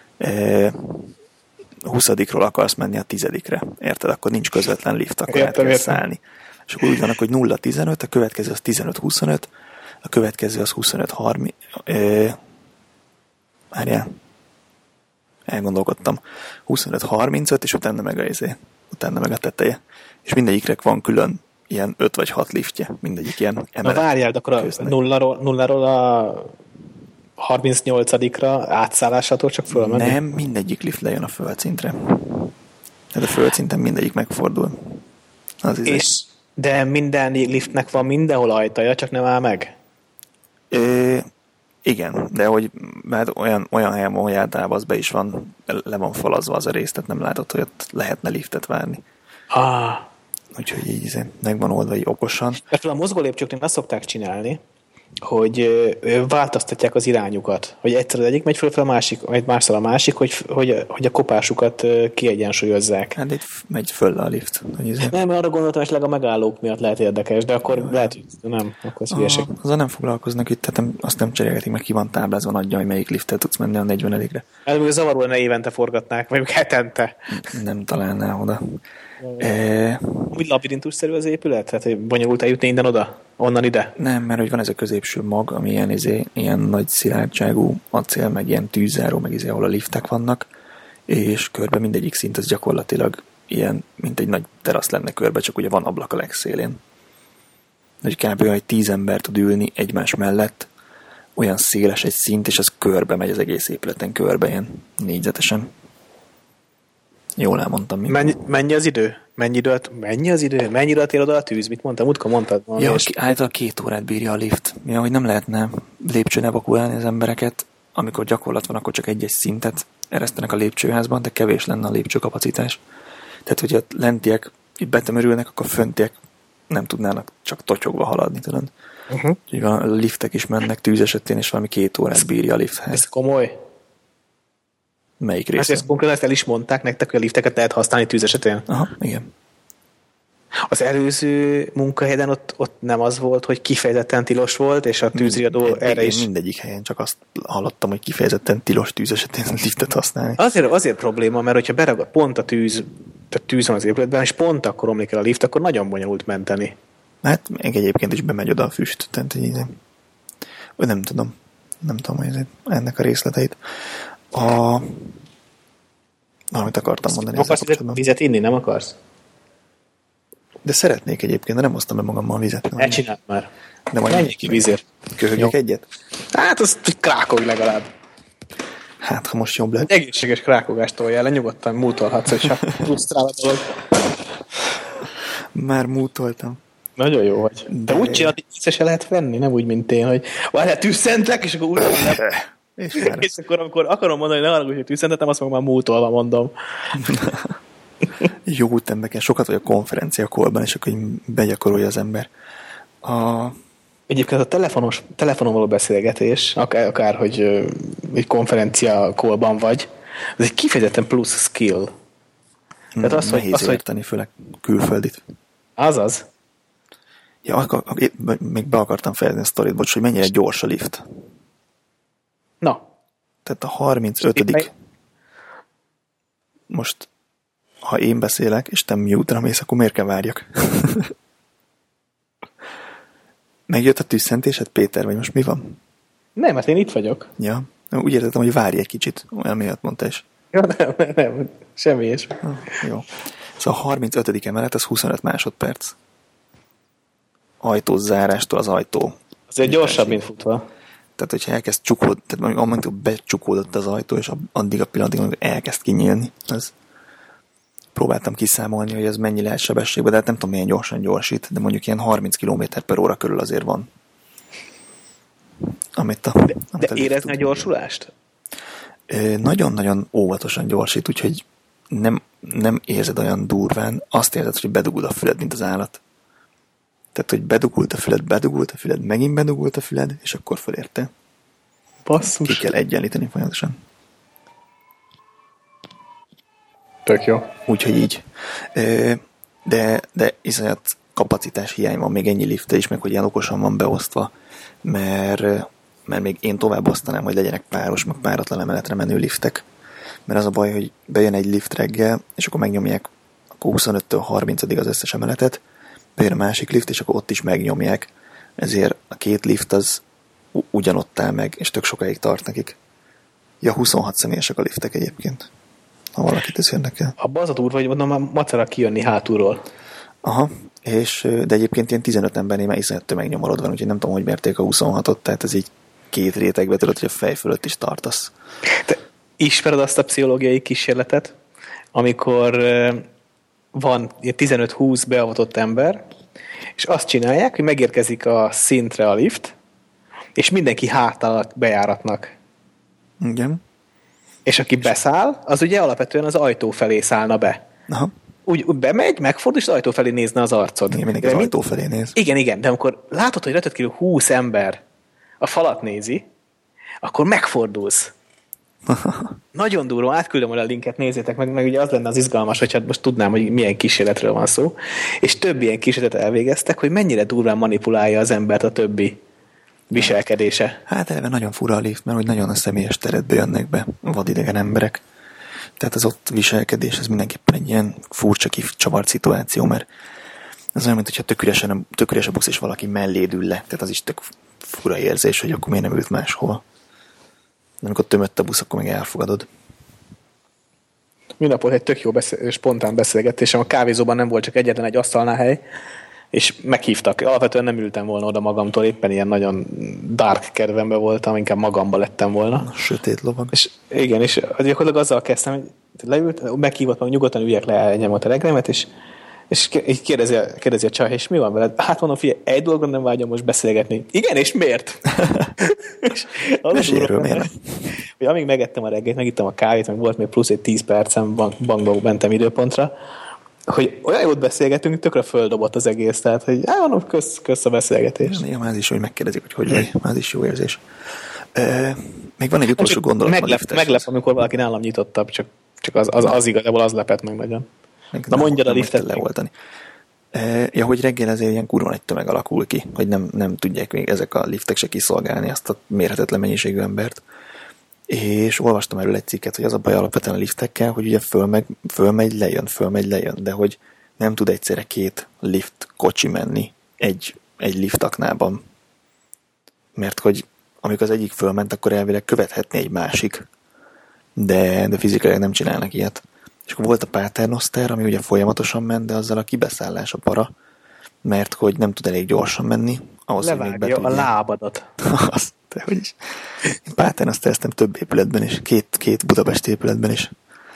e, huszadikról akarsz menni a tizedikre, érted? Akkor nincs közvetlen lift, akkor értem, át kell értem. szállni. És akkor úgy vannak, hogy nulla tizenöt, a következő az tizenöt huszonöt, a következő az huszonöt harminc, e, várjál, elgondolkodtam, huszonöt harmincöt, és utána meg a izé, utána meg a teteje. És mindegyikre van külön ilyen öt vagy hat liftje, mindegyik ilyen emelet. Na várjál, de akkor a nulláról, nulláról a harmincnyolcadikra átszállásától csak fölmenni? Nem, mindegyik lift lejön a földszintre. Tehát a földszinten mindegyik megfordul. Az és, de minden liftnek van mindenhol ajtaja, csak nem áll meg? Ö, igen, de hogy hát olyan, olyan helyen van, hogy általában az be is van, le van falazva az a rész, tehát nem látod, hogy ott lehetne liftet várni. Ah. Úgyhogy így meg van oldva így okosan. Mert a mozgólépcsőknél azt szokták csinálni, hogy változtatják az irányukat. Hogy egyszer az egyik megy föl, a másik, vagy másszor a másik, hogy, hogy, hogy a kopásukat kiegyensúlyozzák. Hát itt megy föl a lift. Hogy nem, mert arra gondoltam, hogy a megállók miatt lehet érdekes, de akkor jó, lehet, hogy nem, akkor az hülyeség. Azzal nem foglalkoznak itt, tehát nem, azt nem cserélgetik, meg ki van táblázva nagyja, hogy melyik lifttel tudsz menni a negyvenedikre. Ez még zavaró lenne, évente forgatnák, vagy hetente. Nem találná oda. E... Úgy labirintusszerű az épület? Tehát, hogy bonyolult eljutni innen oda? Onnan ide? Nem, mert hogy van ez a középső mag, ami ilyen, izé, ilyen nagy szilárdságú acél, meg ilyen tűzzáró, meg izé, ahol a liftek vannak, és körbe mindegyik szint az gyakorlatilag ilyen, mint egy nagy terasz lenne körbe, csak ugye van ablak a legszélén. Hogy kb. Egy tíz ember tud ülni egymás mellett, olyan széles egy szint, és az körbe megy az egész épületen körbe, ilyen négyzetesen. Jól elmondtam. Mennyi, mennyi az idő? Mennyi időt, mennyi az idő? Mennyi időt ér oda a tűz? Mit mondtam? Utka mondtad. Ja, és... általában két órát bírja a lift. Ja, hogy nem lehetne lépcsőn evakuálni az embereket, amikor gyakorlat van, akkor csak egy-egy szintet eresztenek a lépcsőházban, de kevés lenne a lépcsőkapacitás. Tehát, hogyha lentiek itt betömörülnek, akkor föntiek nem tudnának csak totyogva haladni, tudod. Uh-huh. Úgyhogy a liftek is mennek tűz esetén, és valami két órát bírja a liftház. Ez komoly? Melyik része? Ezt konkrétan ezt el is mondták nektek, hogy a lifteket lehet használni tűz esetén? Aha, igen. Az előző munkahelyen ott, ott nem az volt, hogy kifejezetten tilos volt, és a tűzriadó Mind, erre is... Mindegyik helyen, csak azt hallottam, hogy kifejezetten tilos tűz esetén liftet használni. Azért, azért probléma, mert hogyha beragad pont a tűz, tehát tűz van az épületben, és pont akkor omlik el a lift, akkor nagyon bonyolult menteni. Hát még egyébként is bemegy oda a füst, tehát így nem tudom. Nem tudom, hogy ennek a részleteit. A... Valamit akartam mondani. Akarsz vizet inni, nem akarsz? De szeretnék egyébként, de nem hoztam be magammal vizet. Ne csináld már. De majd menjek ki vízért. Köhögjük egyet? Hát az krákog legalább. Hát, ha most jobb lett. Egészséges krákogást toljál le, nyugodtan mútolhatsz, hogyha frusztrál a dolog. Már mútoltam. Nagyon jó vagy. De, de úgy csinálod, hogy észre se lehet venni, nem úgy, mint én, hogy várjál, tűzszentlek, és akkor úgy és, és akkor, amikor akarom mondani, hogy ne arra, hogy tűzszentetem, azt meg már múltolva mondom. Jó útembeken, sokat vagy a konferencia callban, és akkor begyakorolja az ember. A... Egyébként a telefonos, telefonon való beszélgetés, akár, akár hogy egy konferencia callban vagy, ez egy kifejezetten plusz skill. Tehát az, nehéz hogy, az, érteni, hogy... főleg külföldit. Azaz. Ja, akar, még be akartam fejezni a sztorit, bocs, hogy mennyire gyors a lift. Na. Tehát a harmincötödik most, ha én beszélek, és te mute-ra mész, akkor miért kell várjak? Megjött a tűzszentésed, Péter, vagy most mi van? Nem, hát én itt vagyok. Ja, úgy értettem, hogy várj egy kicsit, olyan miatt mondta is. Ja, nem, nem, nem, semmi is. Ah, jó. Szóval a harmincötödik emelet, az huszonöt másodperc. Ajtózárástól az ajtó. Azért gyorsabb, mint futva. Tehát, hogyha elkezd csukódni, tehát amikor becsukódott az ajtó, és addig a pillanatig, amikor elkezd kinyílni, az próbáltam kiszámolni, hogy ez mennyi lehet sebességben, de hát nem tudom, milyen gyorsan gyorsít, de mondjuk ilyen harminc kilométer per óra körül azért van. Amit a, de amit de érezni a gyorsulást? Nagyon-nagyon óvatosan gyorsít, úgyhogy nem, nem érzed olyan durván, azt érzed, hogy bedugul a füled, mint az állat. Tehát, hogy bedugult a füled, bedugult a füled, megint bedugult a füled, és akkor fölérte. Basszus. Ki kell egyenlíteni folyamatosan. Tök jó. Úgyhogy így. De, de iszonyat kapacitás hiány van még ennyi lifte is, meg hogy ilyen okosan van beosztva, mert, mert még én tovább osztanám, hogy legyenek páros, meg páratlan emeletre menő liftek. Mert az a baj, hogy bejön egy lift reggel, és akkor megnyomják akkor huszonöttől harmincadig az összes emeletet, bejön a másik lift, és akkor ott is megnyomják. Ezért a két lift az ugyanott áll meg, és tök sokáig tart nekik. Ja, huszonhat személyesek a liftek egyébként. Ha valakit ez érdekel. Abba az a durva, hogy mondom, már macera kijönni hátulról. Aha, És, de egyébként ilyen tizenöt embernél már iszonyat tömegnyomorod van, úgyhogy nem tudom, hogy mérték a huszonhatot, tehát ez így két rétegbe tudod, hogy a fej fölött is tartasz. Te ismered azt a pszichológiai kísérletet, amikor van tizenöt-húsz beavatott ember, és azt csinálják, hogy megérkezik a szintre a lift, és mindenki háttal a bejáratnak. Igen. És aki beszáll, az ugye alapvetően az ajtó felé szállna be. Aha. Úgy bemegy, megfordul, és az ajtó felé nézne az arcod. Igen, mindenki az ajtó felé néz. Igen, igen, de amikor látod, hogy rajtad kívül húsz ember a falat nézi, akkor megfordulsz. Nagyon durva, átküldöm a linket, nézzétek meg, meg ugye az lenne az izgalmas, hogyha most tudnám, hogy milyen kísérletről van szó, és több ilyen kísérletet elvégeztek, hogy mennyire durván manipulálja az embert a többi viselkedése. Hát eleve nagyon fura a lift, mert hogy nagyon a személyes teretbe jönnek be vadidegen emberek. Tehát az ott viselkedés, ez mindenképpen egy ilyen furcsa kicsavart szituáció, mert az olyan, mint hogyha tök üresen, tök üres a busz, és valaki melléd ül le. Tehát az is tök fura érzés, hogy akkor miért nem ült máshol. De amikor tömött a busz, akkor meg elfogadod. Minap volt egy tök jó beszél, spontán beszélgetésem, a kávézóban nem volt csak egyetlen egy asztalnál hely, és meghívtak. Alapvetően nem ültem volna oda magamtól, éppen ilyen nagyon dark kedvemben voltam, inkább magamba lettem volna. Sötét lovag. És igen, és gyakorlatilag azzal kezdtem, hogy leült, meghívott, meg nyugodtan üljek le, elnyem a telegremet, és, és így kérdezi, kérdezi a csaj, és mi van veled? Hát mondom, figyelj, egy dolgon nem vágyom most beszélgetni. Igen, és miért? Mesélről miért? Hogy amíg megettem a reggelt, megittem a kávét, meg volt még plusz egy tíz percem, bank, bankba mentem időpontra, hogy olyan jót beszélgetünk, tökre földobott az egész, tehát, hogy á, mondom, kösz, kösz a beszélgetést. Igen, már ez is, hogy megkérdezik, hogy hogy vagy, már ez is jó érzés. E, még van egy utolsó gondolat. Meglep, meglep, amikor valaki nálam nyitottabb, csak, csak az, az, az igazából az lepett meg nagyon. Meg Na mondjad a liftet. Leoltani. E, ja, hogy reggel ezért ilyen kurva egy tömeg alakul ki, hogy nem, nem tudják még ezek a liftek se kiszolgálni azt a mérhetetlen mennyiségű embert. És olvastam erről egy cikket, hogy az a baj alapvetően a liftekkel, hogy ugye fölmegy, fölmegy, lejön, fölmegy, lejön, de hogy nem tud egyszerre két lift kocsi menni egy, egy liftaknában. Mert hogy amikor az egyik fölment, akkor elvileg követhetné egy másik. De, de fizikailag nem csinálnak ilyet. És akkor volt a Paternoster, ami ugye folyamatosan ment, de azzal a kibeszállás a para, mert hogy nem tud elég gyorsan menni. Ahhoz, levágja a lábadat. Azt, de hogy is. Én Paternostereztem több épületben is, két, két budapesti épületben is.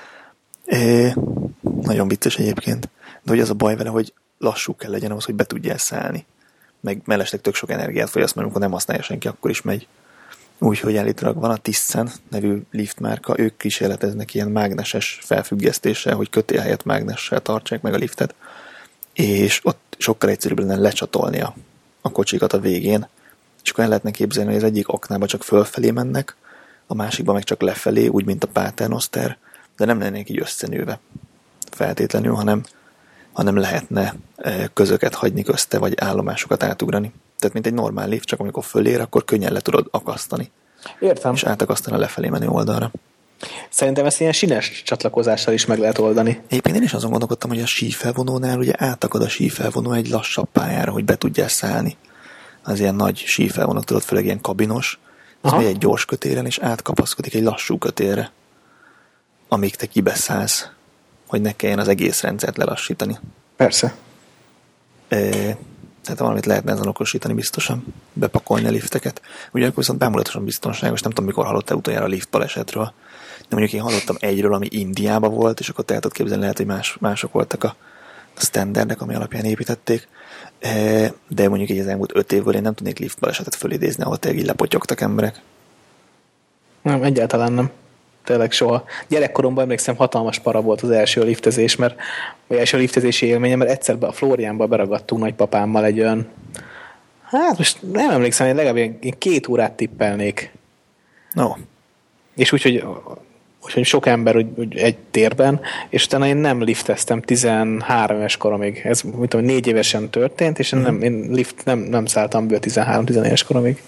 É, nagyon vicces egyébként. De hogy az a baj vele, hogy lassú kell legyen ahhoz, hogy be tudjál szállni. Meg mellesleg tök sok energiát fogyaszt, mert amikor nem használja senki, akkor is megy. Úgyhogy állítólag van a Thyssen nevű liftmárka, ők kísérleteznek ilyen mágneses felfüggesztéssel, hogy kötél helyett mágnessel tartsák meg a liftet, és ott sokkal egyszerűbb lenne lecsatolni a, a kocsikat a végén, és akkor el lehetne képzelni, hogy az egyik aknába csak fölfelé mennek, a másikban meg csak lefelé, úgy, mint a Paternoster, de nem lennének így összenőve feltétlenül, hanem, hanem lehetne közöket hagyni közte, vagy állomásokat átugrani. Tehát mint egy normál lift, csak amikor fölér, akkor könnyen le tudod akasztani. Értem. És átakasztani a lefelé menő oldalra. Szerintem ezt ilyen sínes csatlakozással is meg lehet oldani. Éppen én is azon gondolkodtam, hogy a sífelvonónál ugye átakad a sífelvonó egy lassabb pályára, hogy be tudjál szállni. Az ilyen nagy sífelvonók, tudod, főleg ilyen kabinos, az megy egy gyors kötéren, és átkapaszkodik egy lassú kötélre, amíg te kibeszállsz, hogy ne kelljen az egész rendszert lelassítani. Persze. E, tehát valamit lehetne ezen okosítani biztosan, bepakolni a lifteket. Ugyanakkor viszont bámulatosan biztonságos, nem tudom, mikor hallottál utoljára a lift balesetről, de mondjuk én hallottam egyről, ami Indiában volt, és akkor te el tudod képzelni, lehet, hogy más, mások voltak a, a standardek, ami alapján építették. E, de mondjuk így az elmúlt öt évből én nem tudnék lift balesetet fölidézni, ahol tényleg így lepotyogtak emberek. Nem, egyáltalán nem. Tényleg soha. Gyerekkoromban emlékszem, hatalmas para volt az első liftezés, mert az első liftezési élményem, mert egyszer be a Flóriánba beragadtunk nagypapámmal egy olyan, hát most nem emlékszem, hogy legalább két órát tippelnék. No. És úgyhogy úgyhogy sok ember úgy, úgy egy térben, és utána én nem lifteztem tizenhárom éves koromig. Ez, mit tudom, négy évesen történt, és én, nem, én lift nem, nem szálltam be tizenhárom-tizenegy éves koromig.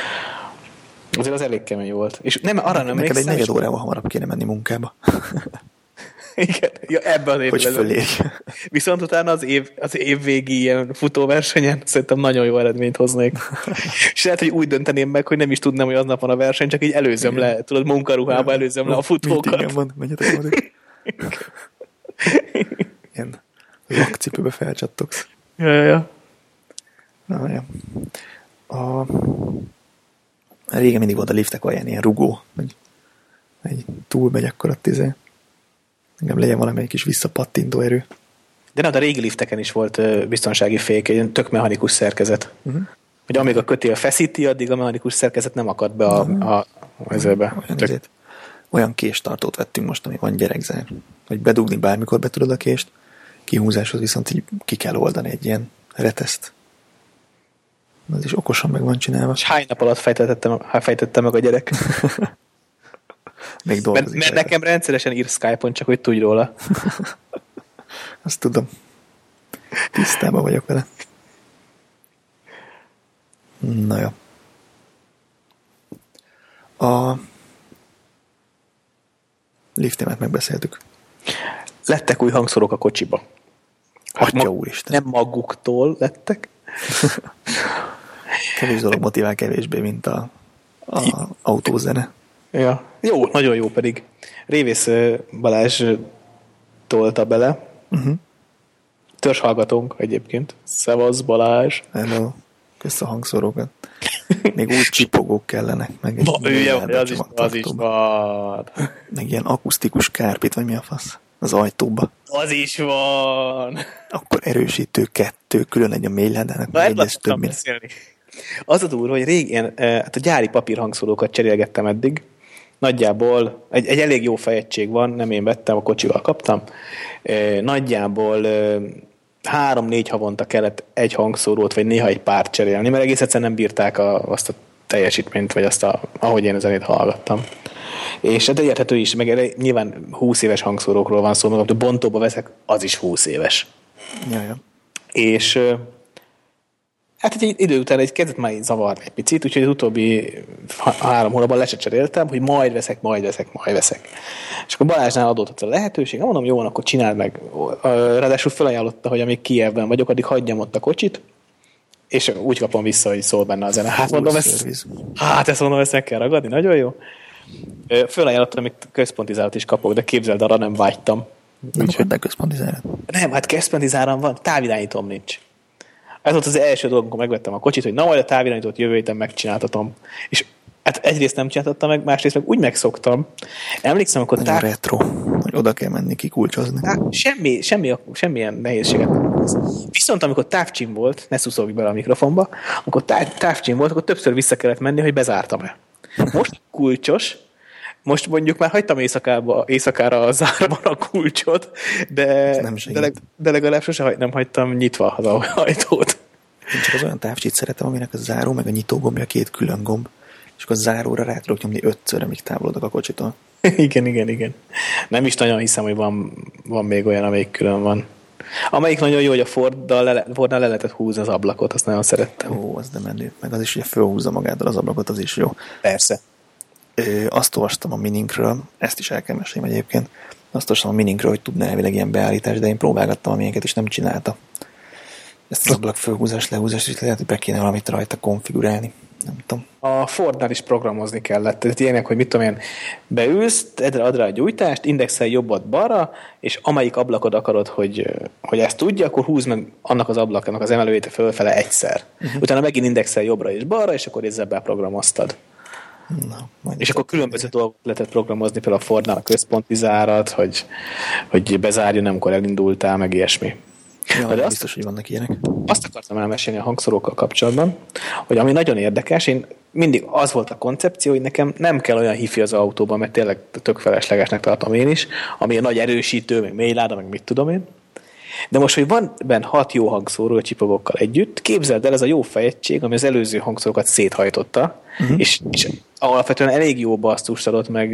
Azért az elég kemény volt. És nem, arra nem Neked egy negyed órával hamarabb kéne menni munkába. Igen, ja, ebben az évben. Hogy fölérj. Viszont utána az év, az év végi ilyen futóversenyen szerintem nagyon jó eredményt hoznék. És lehet, hogy úgy dönteném meg, hogy nem is tudnám, hogy aznap van a verseny, csak így előzöm igen. le, tudod, munkaruhába előzöm le a futókat. Igen, van, menjetek maradok. Ilyen lakcipőbe felcsattogsz. Ja, ja, ja. Na, ja. A... Régen mindig volt a liftek alján ilyen rugó, hogy egy túl megy, akkor ott izé. Engem legyen valamelyik kis visszapattintó erő. De nem, a régi lifteken is volt biztonsági fék, egy tök mechanikus szerkezet. Uh-huh. Hogy amíg a kötél feszíti, addig a mechanikus szerkezet nem akad be a, uh-huh. a, a ezerbe. Olyan, ezért, olyan késtartót vettünk most, ami van gyerekzár. Hogy bedugni bármikor be tudod a kést, kihúzáshoz viszont így ki kell oldani egy ilyen reteszt. Az is okosan meg van csinálva. És hány nap alatt fejtette, fejtette meg a gyerek? Még dolgozik. Mert, mert nekem rendszeresen ír Skype-on, csak hogy tudj róla. Azt tudom. Tisztában vagyok vele. Na jó. A liftémát megbeszéltük. Lettek új hangszorok a kocsiba. Atya ma- úristen. Nem maguktól lettek. Kevés dolog motivál kevésbé, mint a, a autózene. Ja. Jó, nagyon jó pedig. Révész Balázs tolta bele. Uh-huh. Törzs hallgatónk egyébként. Szevasz Balázs. Hello. Kösz a hangszorokat. Még úgy csipogók kellenek. Meg Ba, ő jó, az is, az is van. Meg ilyen akusztikus kárpit, vagy mi a fasz? Az ajtóba. Az is van. Akkor erősítő kettő, külön egy a mélyledának. Egyes több beszélni. Az a durva, hogy régen hát a gyári papírhangszórókat cserélgettem eddig. Nagyjából egy, egy elég jó fejegység van, nem én vettem, a kocsival kaptam. Nagyjából három-négy havonta kellett egy hangszórót, vagy néha egy párt cserélni, mert egész egyszerűen nem bírták a, azt a teljesítményt, vagy azt, a, ahogy én a zenét hallgattam. És hát érthető is, meg nyilván húsz éves hangszórókról van szó, meg amit bontóba veszek, az is húsz éves. Jaja. És hát egy idő után egy kezdett már zavarni egy picit, úgyhogy az utóbbi három hónapban le se cseréltem, hogy majd veszek, majd veszek, majd veszek. És akkor Balázsnál adott a lehetőség, mondom, jó van, akkor csináld meg. Ráadásul felajánlotta, hogy amíg Kijevben vagyok, addig hagyjam ott a kocsit, és úgy kapom vissza, hogy szól benne a zene. Hát mondom, ezt, hát ezt mondom, ezt meg kell ragadni, nagyon jó. Fölajánlottam, hogy központi zárat is kapok, de képzeld, arra nem vágytam. Nem akad központi zárat? Nem, hát központi záram van, távirányítóm nincs. Ez volt az első dolog, amikor megvettem a kocsit, hogy na majd a távirányítót jövő héten megcsináltatom. És hát egyrészt nem csináltattam meg, másrészt meg úgy megszoktam. Emlékszem, akkor... Táv... retro, hogy oda kell menni kikulcsozni. Tá... Semmi, semmi, semmilyen nehézséget nem. Viszont amikor távcsim volt, ne szuszolj bele a mikrofonba, amikor táv, távcsim volt, akkor többször vissza kellett menni, hogy bezártam-e. Most kulcsos, most mondjuk már hagytam éjszakába, éjszakára a zárban a kulcsot, de, de, leg, de legalább sose nem hagytam nyitva az ajtót. Én csak az olyan távcsit szeretem, aminek a záró meg a nyitógombja két külön gomb, és akkor a záróra rá tudok nyomni ötször, amíg távolodok a kocsitól. Igen, igen, igen. Nem is nagyon hiszem, hogy van, van még olyan, amelyik külön van. Amelyik nagyon jó, hogy a Forddal le, Forddal le lehetett húzni az ablakot, azt nagyon szerettem. Ó, az de menő. Meg az is, hogy fölhúzza magától az ablakot, az is jó. Persze. Ö, azt olvastam a Mininkről, ezt is el kell mesélni egyébként, azt olvastam a Mininkről, hogy tudna elvileg ilyen beállítás, de én próbálgattam amilyenket, és nem csinálta. Ezt az ablak fölhúzás, lehúzás, és lehet, hogy be kéne valamit rajta konfigurálni. Nem tudom. A Fordnál is programozni kellett. Tehát ilyenek, hogy mit tudom én, beülsz, ad rá a gyújtást, indexelj jobbat-balra, és amelyik ablakod akarod, hogy, hogy ezt tudja, akkor húzd meg annak az ablaknak az emelőjét fölfele egyszer. Uh-huh. Utána megint indexelj jobbra és balra, és akkor ezzel beprogramoztad. Na, és akkor különböző dolgokat lehetett programozni, például a Fordnál a központi zárat, hogy, hogy bezárjon, amikor elindultál, meg ilyesmi. Ja, de biztos, azt, hogy vannak ilyenek. Azt akartam elmesélni a hangszorokkal kapcsolatban, hogy ami nagyon érdekes, én mindig az volt a koncepció, hogy nekem nem kell olyan hifi az autóban, mert tényleg tök feleslegesnek tartom én is, ami a nagy erősítő, meg mélyláda, meg mit tudom én. De most, hogy van benne hat jó hangszóró a csipogókkal együtt, képzeld el, ez a jó fejegység, ami az előző hangszórókat széthajtotta, uh-huh. és, és alapvetően elég jó basszust adott, meg,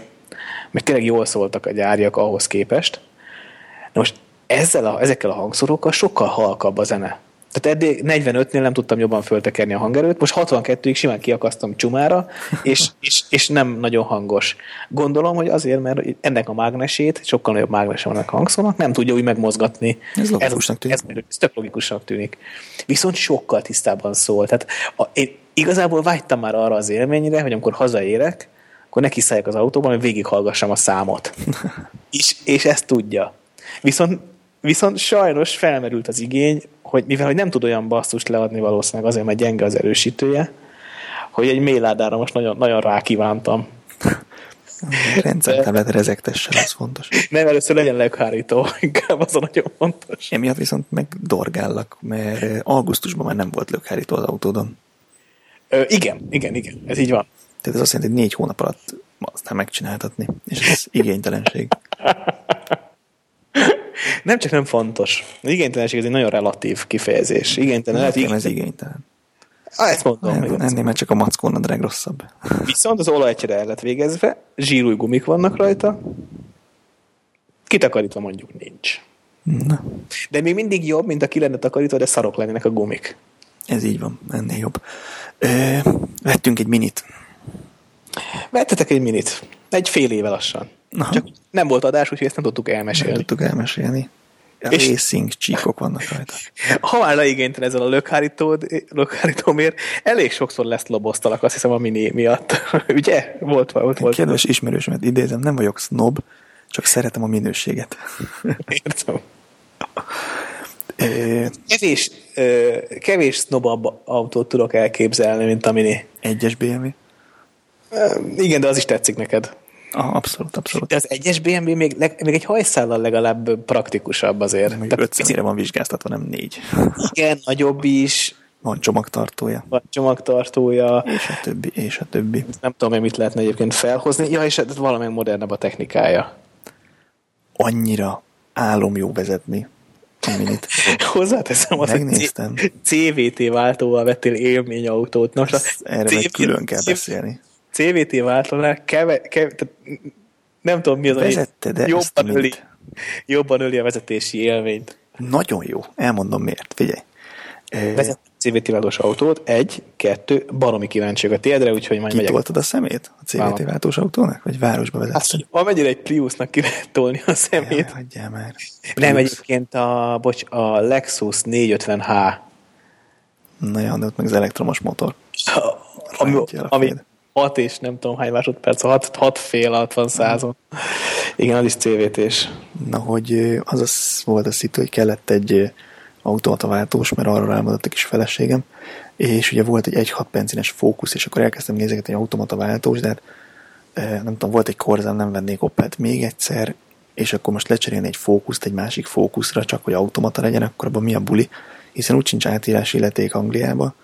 meg tényleg jól szóltak a gyáriak ahhoz képest. Na most ezzel a, ezekkel a hangszórókkal sokkal halkabb a zene. Tehát eddig negyvenötnél nem tudtam jobban föltekerni a hangerőt, most hatvankettőig simán kiakasztom csumára, és, és, és nem nagyon hangos. Gondolom, hogy azért, mert ennek a mágnesét, sokkal nagyobb mágnese van a hangszórónak, nem tudja úgy megmozgatni. Ez logikusnak tűnik. Ez, ez, ez tök logikusnak tűnik. Viszont sokkal tisztábban szól. Tehát a, én igazából vágytam már arra az élményre, hogy amikor hazaérek, akkor nekiszálljak az autóban, hogy végighallgassam a számot. és, és ezt tudja. Viszont Viszont sajnos felmerült az igény, hogy mivel hogy nem tud olyan basszust leadni valószínűleg azért, mert gyenge az erősítője, hogy egy mélyládára most nagyon, nagyon rákívántam. Rendszertáblát rezektessel, az fontos. Nem, először legyen leghárító, inkább az a nagyon fontos. Emiatt viszont meg dorgállak, mert augusztusban már nem volt lökhárító az autódon. Ö, igen, igen, igen, ez így van. Tehát ez azt jelenti, hogy négy hónap alatt aztán megcsináltatni, és ez igénytelenség. Nem csak nem fontos. Az igénytelenség ez egy nagyon relatív kifejezés. Igénytelen lehet igénytelen. Ez igénytelen. Ah, ezt mondom. En, ennél már csak a mackó nadrág rosszabb. Viszont az olajcsere el lett végezve, zsírúj gumik vannak rajta, kitakarítva mondjuk nincs. Na. De még mindig jobb, mint a ki lenne takarítva, de szarok lennének a gumik. Ez így van, ennél jobb. Ö, vettünk egy minit. Vettetek egy minit. Egy fél éve lassan. Aha. Csak nem volt adás, úgyhogy ezt nem tudtuk elmesélni. Nem tudtuk elmesélni. És racing csíkok vannak rajta. Ha már leigénytelen ezzel a lökhárítómért, elég sokszor lesz loboztalak, azt hiszem a mini miatt. Ugye? Volt, volt, volt. Kedves ismerősömet idézem, nem vagyok snob, csak szeretem a minőséget. Értem. É, kevés, kevés snobabb autót tudok elképzelni, mint a mini. Egyes bé em vé? Igen, de az is tetszik neked. Ah, abszolút, abszolút. De az egyes bé em vé még, még egy hajszállal legalább praktikusabb azért. Mondjuk öt személyre van vizsgáztatva, nem négy. Igen, nagyobb is. Van csomagtartója. Van csomagtartója. És a többi, és a többi. Nem tudom, hogy mit lehetne egyébként felhozni. Ja, és valamilyen modernebb a technikája. Annyira álomjó vezetni a minit. Hozzáteszem azt, megnéztem. hogy cé vé té váltóval vettél élményautót. Nos, erre meg külön kell beszélni. cé vé té váltónál keve, keve, nem tudom mi az, vezette, de jobban öli, jobban öli a vezetési élményt. Nagyon jó. Elmondom miért. Figyelj. Vezet cé vé té váltós autót, egy, kettő, baromi kíváncsiak a tiédre, úgyhogy majd megyek. Kitoltad a szemét a cé vé té váltós autónak? Vagy városba vezetted? Azt, hogy amennyire egy Priusnak ki lehet tolni a szemét. Jaj, hagyjál már. Prius. Nem, egyébként a, bocs, a Lexus négyszázötven há. Na jó, de ott meg az elektromos motor. Ami, ami hat és nem tudom hány másodperc, hat, hat fél hatvan százon. Igen, az is cé vé té-s. Na, hogy az az volt a szitu, hogy kellett egy automataváltós, mert arra rámadott a kis feleségem, és ugye volt egy egy hat benzines Focus, és akkor elkezdtem nézegetni egy automataváltós, de hát nem tudom, volt egy Corzám, nem vennék Opelt még egyszer, és akkor most lecserélni egy Focust egy másik Focusra, csak hogy automata legyen, akkor abban mi a buli, hiszen úgy sincs átírási illeték Angliába.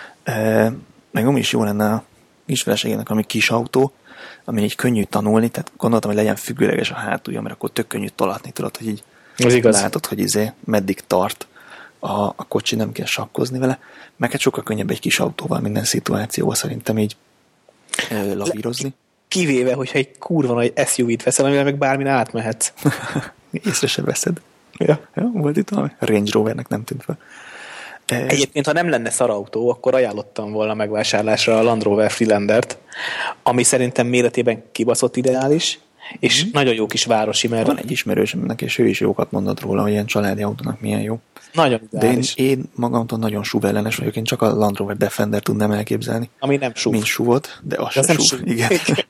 Meg ami is jó lenne a kis feleségének, ami kis autó, ami így könnyű tanulni, tehát gondoltam, hogy legyen függőleges a hátulja, mert akkor tök könnyű tolatni, tudod, hogy így látod, hogy izé, meddig tart a, a kocsi, nem kell sakkozni vele, meg hát sokkal könnyebb egy kis autóval minden szituációval szerintem így ö, lavírozni. Kivéve, hogyha egy kurva nagy es u vé-t veszel, amivel meg bármin átmehetsz. Észre se veszed. Ja. Ja, volt itt valami? Range Rovernek nem tűnt fel. Egyébként, ha nem lenne szarautó, akkor ajánlottam volna megvásárlásra a Land Rover Freelandert, ami szerintem méretében kibaszott ideális, és mm-hmm. nagyon jó kis városi, mert... Van egy ismerősömnek, és ő is jókat mondott róla, hogy ilyen családi autónak milyen jó. Nagyon ideális. De én, én magamtól nagyon SUV ellenes vagyok, én csak a Land Rover Defender tudnám elképzelni. Ami nem SUV. Mint SUV-ot, de az de se SUV. Igen.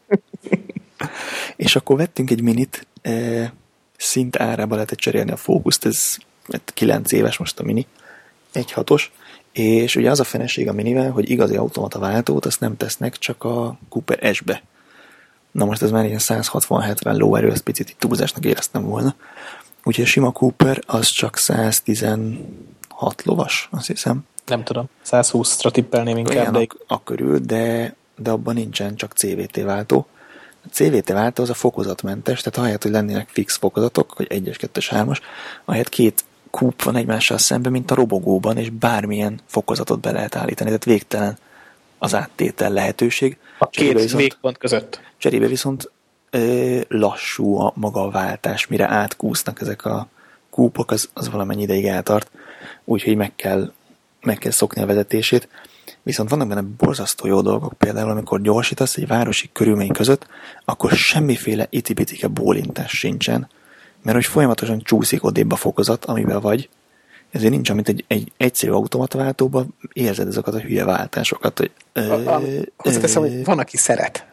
És akkor vettünk egy minit, e, szint árába lehetett cserélni a Focust, ez kilenc éves most a mini, egy hatos, és ugye az a feneség a minivel, hogy igazi automata váltót azt nem tesznek, csak a Cooper S-be. Na most ez már ilyen száz hatvan-hetven lóerő, ezt picit itt túlzásnak éreztem volna. Úgyhogy a sima Cooper az csak száz tizenhat lovas, azt hiszem. Nem tudom, száz húszra tippelném inkább. De... a körül, de, de abban nincsen csak cé vé té váltó. A cé vé té váltó az a fokozatmentes, tehát ahelyett, hogy lennének fix fokozatok, hogy egyes, kettes, hármas, ahelyett két kúp van egymással szemben, mint a robogóban, és bármilyen fokozatot be lehet állítani, tehát végtelen az áttétel lehetőség. A két viszont, végpont között. Cserébe viszont ö, lassú a maga a váltás, mire átkúsznak ezek a kúpok, az, az valamennyi ideig eltart, úgyhogy meg kell, meg kell szokni a vezetését. Viszont vannak benne borzasztó jó dolgok, például amikor gyorsítasz egy városi körülmény között, akkor semmiféle itibitike bólintás sincsen, mert hogy folyamatosan csúszik odébb a fokozat, amiben vagy, ezért nincs, amit egy, egy egyszerű automataváltóban érzed ezeket a hülye váltásokat, hogy hozzáteszem, hogy van, aki szeret.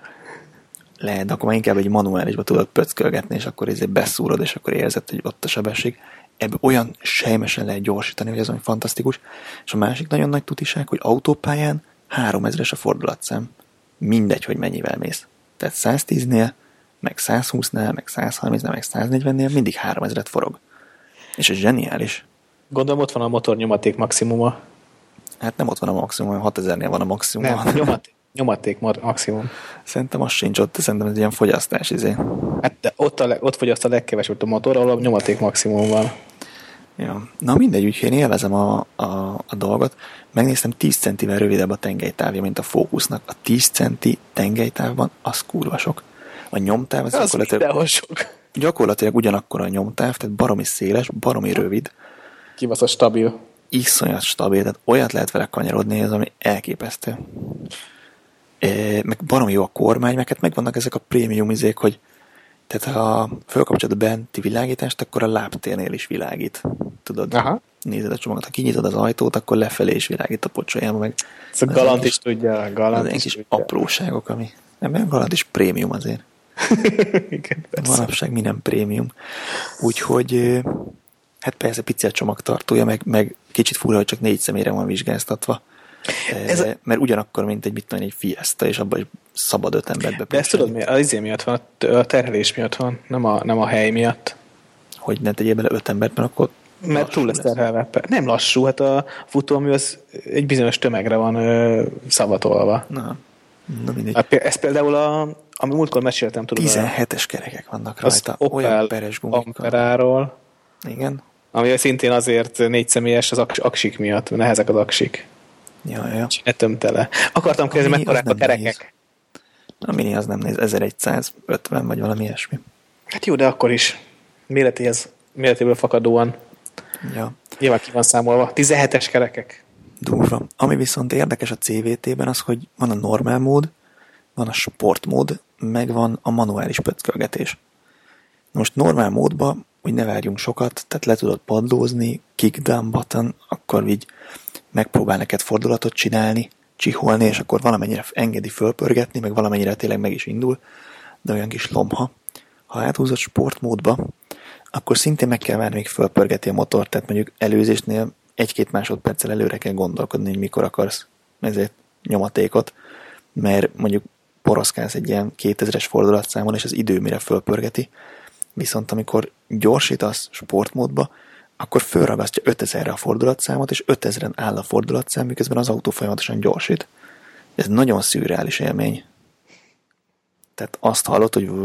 Lehet, akkor már inkább egy manuálisba tudod pöckölgetni, és akkor ezért beszúrod, és akkor érzed, hogy ott a sebesség. ebből olyan sejmesen lehet gyorsítani, hogy ez olyan fantasztikus. És a másik nagyon nagy tutiság, hogy autópályán háromezres a fordulatszám. Mindegy, hogy mennyivel mész. Tehát száztíznél, meg százhúsznál, meg százharmincnál, meg száznegyvennél mindig háromezret forog. És ez zseniális. Gondolom ott van a motor nyomaték maximuma. Hát nem ott van a maximum, hatezernél van a maximum. Nem, nyomaték, nyomaték maximum. Szerintem az sincs ott, szerintem ez ilyen fogyasztás izé. Hát de ott, a, ott fogyaszt a legkevesebb a motor, ahol a nyomaték maximum van. Ja. Na mindegy, úgyhogy én élvezem a, a, a dolgot. Megnéztem, tíz centivel rövidebb a tengelytávja, mint a Focusnak. A tíz centi tengelytávban az kurva sok. A nyomtáv az, az gyakorlatilag, sok. gyakorlatilag ugyanakkor a nyomtáv, tehát baromi széles, baromi rövid. Kibaszott stabil. Iszonyat stabil, tehát olyat lehet vele kanyarodni, ez ami elképesztő. E, meg baromi jó a kormány, meg hát megvannak ezek a prémium izék, hogy tehát ha fölkapcsolod a benti világítást, akkor a lábtérnél is világít. Tudod? Aha. Nézed a csomagot. Ha kinyitod az ajtót, akkor lefelé is világít a pocsolyába. Meg ez a Galant is tudja. Galant is, is kis tudja. apróságok, ami nem Galant is prémium azért. Igen, persze. Manapság minden prémium. Úgyhogy hát persze pici a csomagtartója, meg, meg kicsit fura, hogy csak négy személyre van vizsgáztatva. Ez a... Mert ugyanakkor, mint egy, mit tudom, egy Fiesta, és abban is szabad öt embert bepősölni. De ezt tudod miért? Az izé miatt van, a terhelés miatt van, nem a, nem a hely miatt. Hogy ne tegyél bele öt embert, mert akkor mert túl lesz terhelve. Nem lassú, hát a futómű az egy bizonyos tömegre van ö, szavatolva. Na, na mindegy. Hát, ez például, a, ami múltkor meséltem, tudod. tizenhetes kerekek vannak rajta. Az olyan peres gumikkal. Amperáról. Igen. Ami szintén azért négy személyes az aksik miatt, nehezek az aksik. Ja, ja. És ne tömte le. Akartam kérdezni, mekkorák a kerekek. Néz. A mini az nem néz, ezerszázötven vagy valami ilyesmi. Hát jó, de akkor is méretéhez, méretéből fakadóan. Ja. Nyilván ki van számolva. tizenhetes kerekek. Durva. Ami viszont érdekes a cé vé té-ben az, hogy van a normál mód, van a sport mód, meg van a manuális pöckölgetés. Most normál módban, hogy ne várjunk sokat, tehát le tudod padlózni, kick down button, akkor így megpróbál neked fordulatot csinálni, csiholni, és akkor valamennyire engedi fölpörgetni, meg valamennyire tényleg meg is indul, de olyan kis lomha. Ha áthúzott sportmódba, akkor szintén meg kell várni, még fölpörgeti a motort, tehát mondjuk előzésnél egy-két másodperccel előre kell gondolkodni, hogy mikor akarsz ezért nyomatékot, mert mondjuk poroszkálsz egy ilyen kétezres fordulatszámon, és az idő mire fölpörgeti, viszont amikor gyorsítasz sportmódba, akkor fölragasztja ötezerre a fordulatszámot, és ötezren áll a fordulatszám, miközben az autó folyamatosan gyorsít. Ez nagyon szürreális élmény. Tehát azt hallod, hogy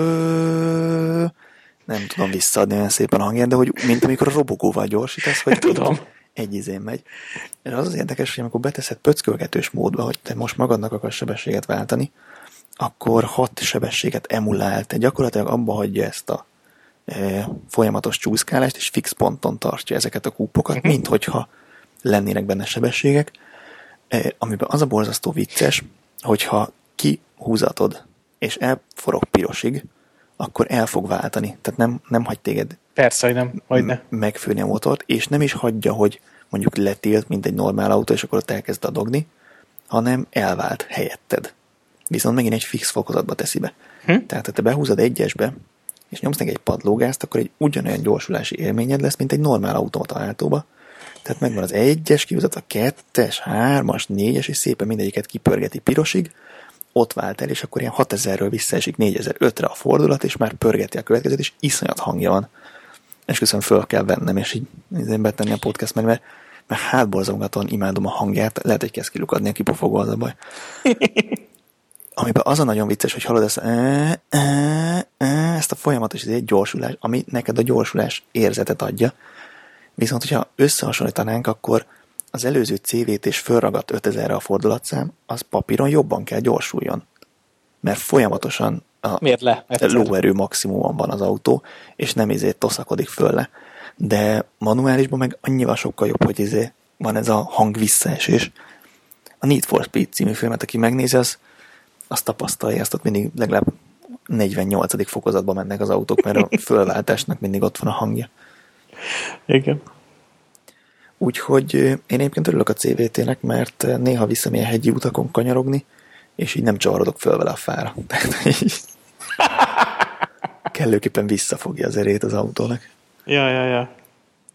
nem tudom visszaadni olyan szépen a hangját, de hogy mint amikor a robogóval gyorsítasz, hogy tudom. Egy izén megy. És az az érdekes, hogy amikor beteszed pöckölgetős módba, hogy te most magadnak akarsz sebességet váltani, akkor hat sebességet emulál. Te gyakorlatilag abba hagyja ezt a e, folyamatos csúszkálást, és fix ponton tartja ezeket a kúpokat, uh-huh. mint hogyha lennének benne sebességek, e, amiben az a borzasztó vicces, hogyha kihúzatod, és elforog pirosig, akkor el fog váltani. Tehát nem, nem hagy téged Persze, hogy nem, hogy ne. megfőni a motort, és nem is hagyja, hogy mondjuk letilt, mint egy normál autó, és akkor ott elkezd dadogni, hanem elvált helyetted. Viszont megint egy fix fokozatba teszi be. Hm? Tehát, ha te behúzod egyesbe, és nyomsz neki egy padlógázt, akkor egy ugyanolyan gyorsulási élményed lesz, mint egy normál automata váltóba. Tehát megvan az egyes, kihúzod a kettes, hármas, négyes, és szépen mindegyiket kipörgeti pirosig, ott vált el, és akkor ilyen hatezerről visszaesik négyezer-ötre a fordulat, és már pörgeti a következőt, és iszonyat hangja van. És köszönöm, föl kell vennem, és így én betenni a podcast, mert, mert, mert hátborzongatóan imádom a hangját, lehet, hogy kezd kilukadni a kipufogó, az a baj. Amiben az a nagyon vicces, hogy hallod ezt, e, e, e, ezt a folyamatos egy gyorsulás, ami neked a gyorsulás érzetet adja. Viszont, hogyha összehasonlítanánk, akkor az előző cé vé té-s fölragadt ötezerre a fordulatszám, az papíron jobban kell gyorsuljon. Mert folyamatosan a le? lóerő maximumon van az autó, és nem izé toszakodik föl le. De manuálisban meg annyival sokkal jobb, hogy izé van ez a hang visszaesés. A Need for Speed című filmet, aki megnézi, az azt tapasztalja, ezt ott mindig legalább negyvennyolcadik fokozatban mennek az autók, mert a fölváltásnak mindig ott van a hangja. Igen. Úgyhogy én egyébként örülök a cé vé té-nek, mert néha viszem ilyen hegyi utakon kanyarogni, és így nem csavarodok föl vele a fára. Tehát így kellőképpen visszafogja az erét az autónak. Ja, ja, ja.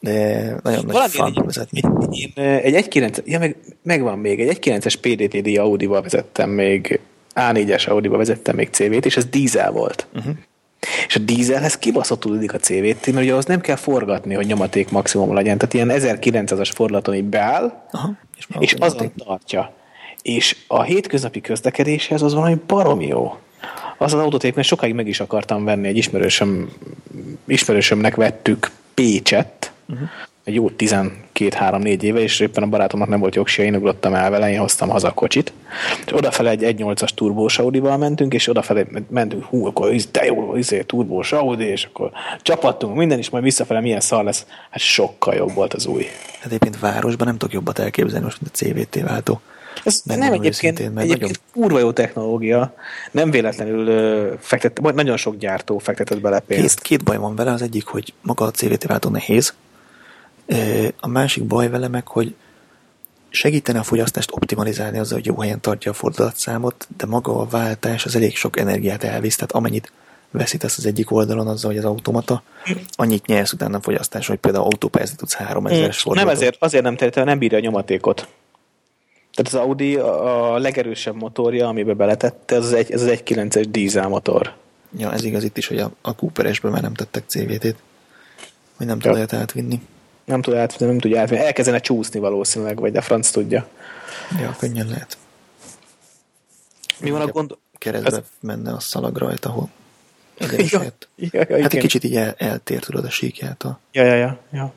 de nagyon nagy fun vezetni. Én egy egy kilenc, ja, meg, megvan még, egy egy kilences pé dé té dé Audi-val vezettem még, á négyes Audi-val vezettem még cé vét, és ez dízel volt. Uh-huh. És a dízelhez kibaszottul illik a cé vé té, mert ugye az nem kell forgatni, hogy nyomaték maximum legyen. Tehát ilyen ezerkilencszázas fordulaton így beáll, aha, és, és azon tartja. És a hétköznapi közlekedéshez az valami baromi jó. Az az autót éppen sokáig meg is akartam venni, egy ismerősöm, ismerősömnek vettük Pécset, uh-huh. egy jó tizenkét-három-négy éve, és éppen a barátomnak nem volt jogsia, én ugrottam el vele, én hoztam haza a kocsit. És odafele egy egy nyolcas turbós Audival mentünk, és odafele mentünk, hú, akkor de jó, izé, turbós Audi, és akkor csapattunk minden, és majd visszafele milyen szar lesz. Hát sokkal jobb volt az új. Hát egyébként városban nem tudok jobbat elképzelni most, mint a cé vé té váltó. Ez nem, nem egyébként, egyébként nagyon... kurva jó technológia, nem véletlenül uh, fektet, vagy nagyon sok gyártó fektetett bele pénzt. Két, két baj van vele, az egyik, hogy maga a cé vé té váltó nehéz, a másik baj vele meg, hogy segítene a fogyasztást optimalizálni azzal, hogy jó helyen tartja a fordulatszámot, de maga a váltás az elég sok energiát elvisz, tehát amennyit veszítesz az egyik oldalon azzal, hogy az automata, annyit nyersz utána a fogyasztás, hogy például autópályazni tudsz háromezeres fordulatot. Nem ezért, azért nem terítve, nem bírja a nyomatékot. Tehát az Audi a legerősebb motorja, amiben beletette, az egy, ez az egy kilences dízel motor. Ja, ez igaz itt is, hogy a, a Cooperesből már nem tettek cé vé tét, hogy nem tud olyat átvinni. Nem tud átvinni, nem tudja átvinni. Elkezdene csúszni valószínűleg, vagy de franc tudja. Ja, könnyen lehet. Mi van a gond? Keresztbe ez... menne a szalag rajta, ahol ja, ja, ja, hát igen. Egy kicsit így el, eltér, tudod, a síkjától. Ja, ja, ja, ja.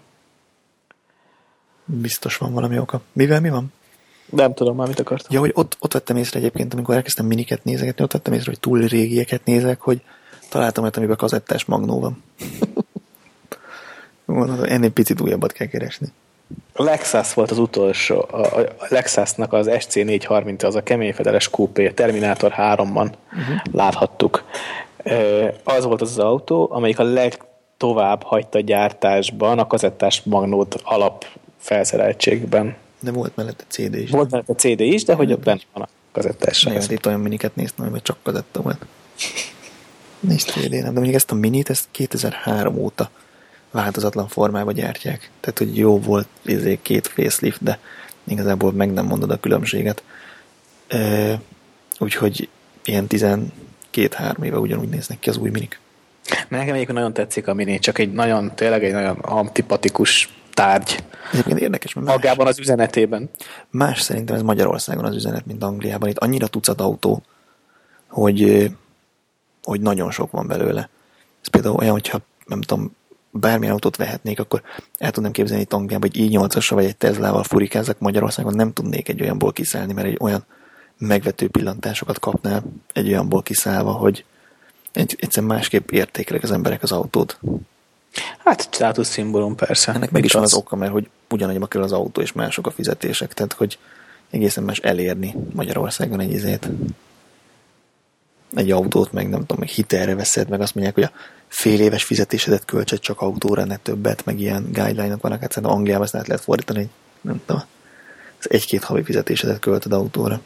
Biztos van valami oka. Mivel mi van? Nem tudom már, mit akartam. Ja, hogy ott, ott vettem észre egyébként, amikor elkezdtem miniket nézegetni, ott vettem észre, hogy túl régieket nézek, hogy találtam olyat, amiben kazettás magnó van. Ennél picit újabbat kell keresni. A Lexus volt az utolsó. A Lexusnak az es cé négyszázharminc, az a keményfedeles coupé, Terminator háromban uh-huh. láthattuk. Az volt az az autó, amelyik a legtovább hagyta gyártásban a kazettás magnót alap felszereltségben. De volt mellette cé dé is. Volt mellette cé dé is, de hogy ott benne van a kazettás. Nagyon itt olyan miniket néztem, amiben csak kazetta volt. Nincs cé dé, nem. De mondjuk ezt a minit, ezt kétezer-három óta változatlan formában gyártják. Tehát, hogy jó volt ezért két facelift, de igazából meg nem mondod a különbséget. E, úgyhogy ilyen tizenkét-három éve ugyanúgy néznek ki az új minik. Nekem egyébként nagyon tetszik a mini, csak egy nagyon, tényleg egy nagyon antipatikus tárgy. Egyébként érdekes, mert más, magában az üzenetében. Más szerintem ez Magyarországon az üzenet, mint Angliában. Itt annyira tucat autó, hogy, hogy nagyon sok van belőle. Ez például olyan, hogyha nem tudom, bármilyen autót vehetnék, akkor el tudnám képzelni itt Angliában, hogy i nyolcasra vagy egy Teslával furikázzak, Magyarországon nem tudnék egy olyanból kiszállni, mert egy olyan megvető pillantásokat kapnál egy olyanból kiszállva, hogy egy, egyszerűen másképp értékelek az emberek az autót. Hát státuszszimbólum persze. Ennek meg is van az oka, mert hogy ugyanannyiba kerül az autó, és mások a fizetések, tehát hogy egészen más elérni Magyarországon egy izét. Egy autót, meg nem tudom, meg hitelre veszed, meg azt mondják, hogy a fél éves fizetésedet költsed csak autóra, ne többet, meg ilyen guideline-ok vannak, hát szerintem Angliában ezt át lehet fordítani, hogy nem tudom, az egy-két havi fizetésedet költöd autóra.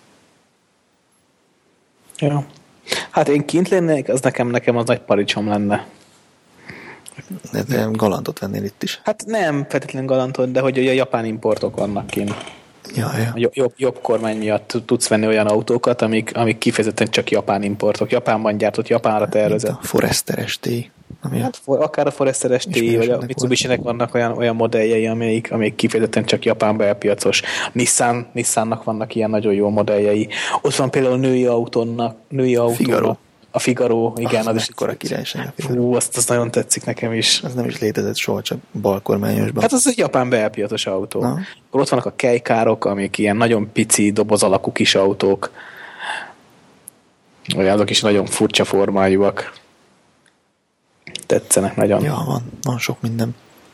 Ja. Hát én kint lennék, az nekem, nekem az nagy paricsom lenne. De te galantot vennél itt is. Hát nem feltétlenül galantot, de hogy a japán importok vannak kint. Ja, ja. Jobb, jobb, jobb kormány miatt tudsz venni olyan autókat, amik, amik kifejezetten csak japán importok. Japánban gyártott, Japánra tervezett. A Forester es té. Ami hát, akár a Forester es té, vagy a Mitsubishi-nek vannak olyan, olyan modelljei, amelyik, amelyik kifejezetten csak Japánba elpiacos. Nissan, Nissannak vannak ilyen nagyon jó modelljei. Ott van például női autónak, női autónak. Figaro. A Figaro, igen. Az, az is ekkora királyság. Fú, azt, azt nagyon tetszik nekem is. Az nem is létezett soha, csak balkormányosban. Hát az egy japán belpiacos autó. Na. Ott vannak a kejkárok, amik ilyen nagyon pici, doboz alakú kis autók. Olyan azok is nagyon furcsa formájúak. Tetszenek nagyon. Ja, van, van sok minden.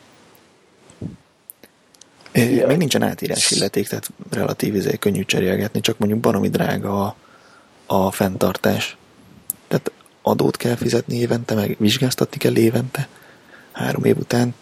Ja. Még nincsen átírási illeték, tehát relatív izé, könnyű cserélgetni, csak mondjuk baromi drága a, a fenntartás. Tehát adót kell fizetni évente, meg vizsgáztatni kell évente, három év után.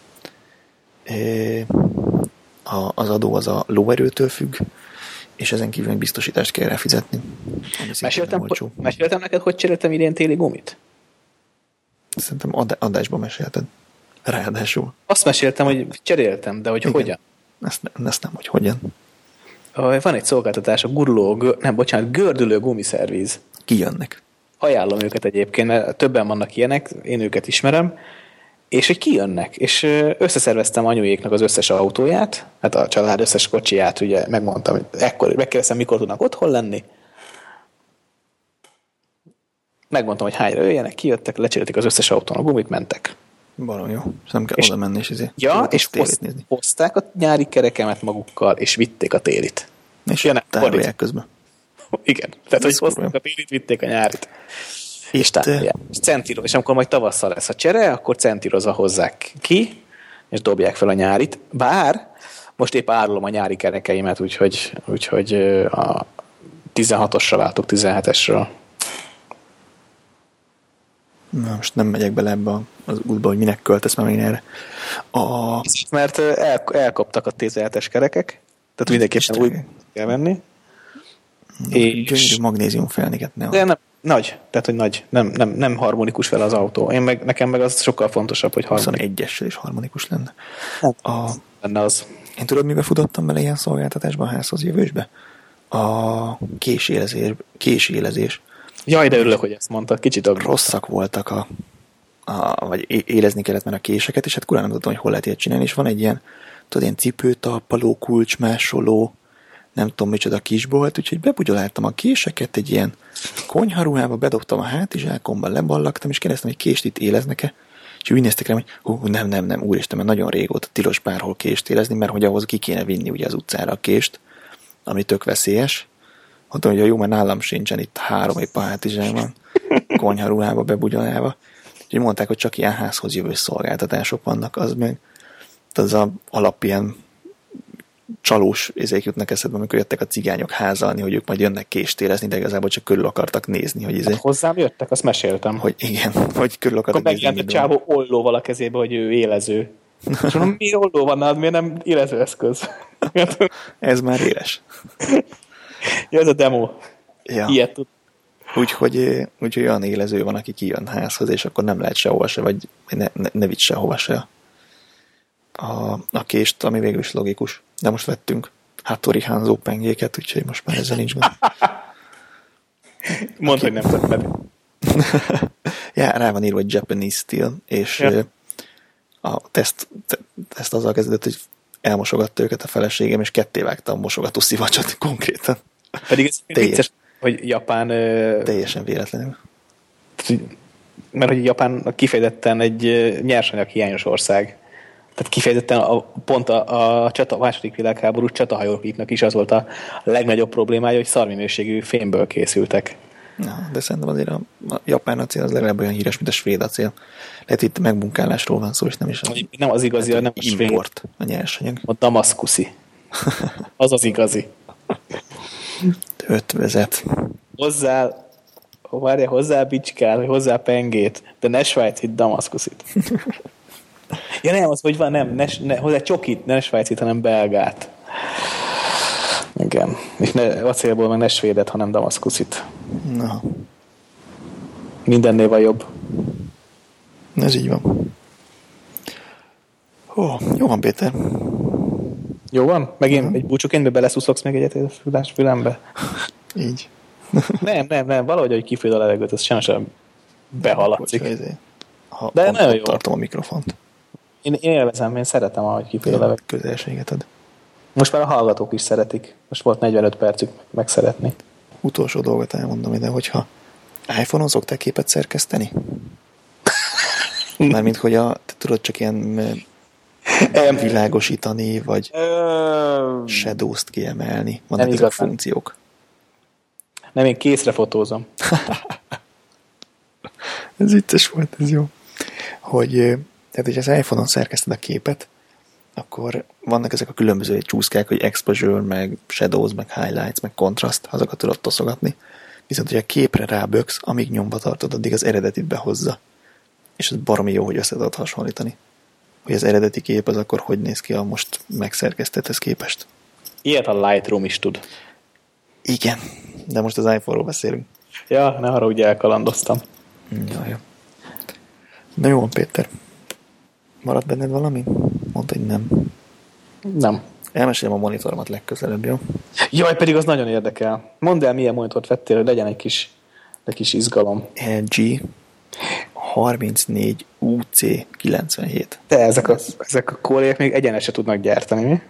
Az adó az a lóerőtől függ, és ezen kívül meg biztosítást kell rá fizetni. Meséltem, meséltem neked, hogy cseréltem idén téli gumit? Szerintem ad- adásban mesélted. Ráadásul. Azt meséltem, hogy cseréltem, de hogy igen. Hogyan? Ezt, ezt nem, hogy hogyan. Van egy szolgáltatás, a guruló, gör, nem, bocsánat, gördülő gumiszervíz. Kijönnek. Ajánlom őket egyébként, mert többen vannak ilyenek, én őket ismerem, és hogy kijönnek, és összeszerveztem anyujéknak az összes autóját, hát a család összes kocsiját, ugye megmondtam, hogy ekkor, megkérdeztem, mikor tudnak otthon lenni. Megmondtam, hogy hányra jöjjenek, kijöttek, lecserélték az összes autón a gumit, mentek. Valami jó. Nem kell és, oda menni, és izé. Ja, és hoz, hozták a nyári kerekemet magukkal, és vitték a télit. És ja, tárolják közben. Igen, tehát hogy hozták a télit, vitték a nyárit. És, tárolják. És, centíroz, és amikor majd tavasszal lesz a csere, akkor centírozva hozzák ki, és dobják fel a nyárit. Bár most épp árulom a nyári kerekeimet, úgyhogy, úgyhogy a tizenhatosra váltok tizenhetesről. Na, most nem megyek bele ebbe az útba, hogy minek költesz már én erre. A... Mert el, elkoptak a tizenhetes kerekek, tehát mindenképpen úgy kell venni. És... Gyönyörű magnézium felniket ne. De nem, nagy, tehát hogy nagy, nem, nem, nem harmonikus vele az autó. Én meg, nekem meg az sokkal fontosabb, hogy harmonikus. huszonegyessel is harmonikus lenne. A... Lenne az. Én tudod, mibe futottam bele ilyen szolgáltatásban a házhoz jövősbe? A késélezés. késélezés. Jaj, de örülök, hogy ezt mondtad. Kicsit aggódtam. Rosszak voltak a, a vagy élezni kellett már a késeket, és hát kurán nem tudom, hogy hol lehet ilyet csinálni, és van egy ilyen, tudod, ilyen cipőtalpaló, kulcsmásoló, nem tudom micsoda kisbolt, úgyhogy bebugyoláltam a késeket egy ilyen konyharuhába, bedobtam a hátizsákomba, leballagtam, és kérdeztem, hogy kést itt éleznek-e, és úgy néztek rám, hogy hú, nem, nem, nem, úristen, mert nagyon régóta tilos bárhol kést élezni, mert hogy ahhoz ki kéne vinni ugye az utcára a kést, ami tök veszélyes. Mondtam, hogy jó, mert nálam sincsen itt három épp a hátizsákban, konyharuhába bebugyolálva. Úgyhogy mondták, hogy csak ilyen házhoz jövő szolgáltatások vannak, az meg az a alap ilyen csalós érzék jutnak eszedbe, amikor jöttek a cigányok házalni, hogy ők majd jönnek kést érezni, de igazából csak körül akartak nézni, hogy izé... Hát hozzám jöttek, azt meséltem. Hogy igen, hogy körül akartak akkor nézni. Akkor megjelent a csávó ollóval a kezébe, hogy ő élező. És mondom, mi olló van nálad, miért nem élező eszköz? Ez már éles. Ja, ez a demo. Ja. Ilyet tud. Úgyhogy, úgyhogy olyan élező van, aki kijön házhoz, és akkor nem lehet sehova se, vagy ne, ne, ne vitt sehova se a, a kést, ami végül is logikus. De most vettünk Hattori Hanzo pengéket, úgyhogy most már ezzel nincs gond. Mondd, hogy nem tetted. Ja, rá van írva, hogy Japanese Steel, és ja. a teszt, teszt azzal kezdődött, hogy elmosogatta őket a feleségem, és ketté vágta a mosogató szivacsot konkrétan. Pedig ez Teljes, vicces, hogy Japán... Teljesen véletlenül. Mert hogy Japán kifejezetten egy nyersanyag hiányos ország. Tehát kifejezetten a, pont a, a, csata, a második világháború csatahajóknak is az volt a legnagyobb problémája, hogy szarminőségű fémből készültek. Na, de szerintem azért a, a japán acél az legalább olyan híres, mint a svéd acél. Lehet itt megmunkálásról van szó, és nem is a, nem az igazi, hát, nem a svéd. Import, a nyersanyag. A damaszkuszi. Az az igazi. Ötvezet. Hozzá, várja, hozzá bicskál, hozzá pengét, de ne svájcit, damaszkuszit. Ja nem, az hogy van, nem, ne, ne, hozzá csokit, ne svájcit, hanem belgát. Igen. És ne, acélból meg ne svédet, hanem damaszkuszit. Na. Mindennél van jobb. Ez így van. Ó, jó van, Péter. Jó van? Megint uh-huh. egy búcsúként beleszuszogsz még egyet a fülás fülembe? Így. nem, nem, nem. Valahogy, hogy kifőd a levegőt, ez sem sem behaladszik. Ha de nagyon jó. Tartom a mikrofont. Én, én élvezem, én szeretem, ahogy kifőd a levegőt. Közelséget ad. Most már a hallgatók is szeretik. Most volt negyvenöt percük megszeretni. Utolsó dolgot elmondom ide, hogyha iPhone-on szoktál képet szerkeszteni? Mármint, hogy a, te tudod csak ilyen világosítani, vagy shadows-t kiemelni. Vannak ezek a funkciók. Nem, én készre fotózom. Ez vicces volt, ez jó. Hogy, tehát, hogy az iPhone-on szerkeszted a képet, akkor vannak ezek a különböző csúszkák, hogy exposure, meg shadows, meg highlights, meg contrast, azokat tudod toszogatni. Viszont, hogy a képre ráböksz, amíg nyomva tartod, addig az eredetit behozza. És ez baromi jó, hogy össze tudod hasonlítani. Hogy az eredeti kép az akkor hogy néz ki a most megszerkesztethez képest. Ilyet a Lightroom is tud. Igen, de most az iPhone-ról beszélünk. Ja, ne haragudj, elkalandoztam. Ja, ja. Na jó van, Péter. Maradt benned valami? Mondta, hogy nem. Nem. Elmesélem a monitoromat legközelebb, jó? Jaj, pedig az nagyon érdekel. Mondd el, milyen monitort vettél, hogy legyen egy kis, egy kis izgalom. el gé harmincnégy U C kilencvenhét. De ezek a, ezek a kórék még egyeneset tudnak gyártani, mi?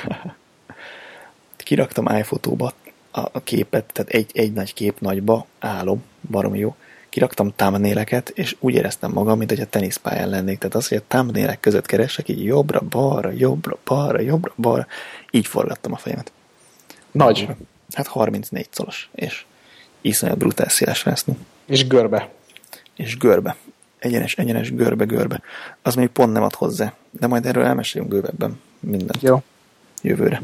Kiraktam iPhotóba a, a képet, tehát egy, egy nagy kép nagyba, álom, baromi jó. Kiraktam thumbnaileket, és úgy éreztem magam, mint hogy a teniszpályán lennék. Tehát az, hogy a thumbnailek között keresek, így jobbra-balra, jobbra-balra, jobbra-balra, így forgattam a fejemet. Nagy. Hát harmincnégy szolos, és iszonyat brutális szélesvásznú. És görbe. És görbe. Egyenes, egyenes, görbe, görbe. Az még pont nem ad hozzá. De majd erről elmesélünk bővebben mindent. Jó. Jövőre.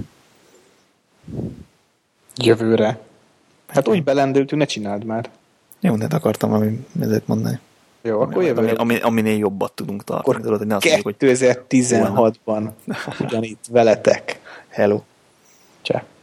Jövőre. Hát úgy belendültünk, ne csináld már. Jó, de akartam valami ezért mondani. Jó, akkor jövőre. Ami, ami, aminél jobbat tudunk tartani. Akkor tudod, hogy ne azt mondjuk, hogy kétezer-tizenhatban ugyanitt veletek. Hello. Cseh.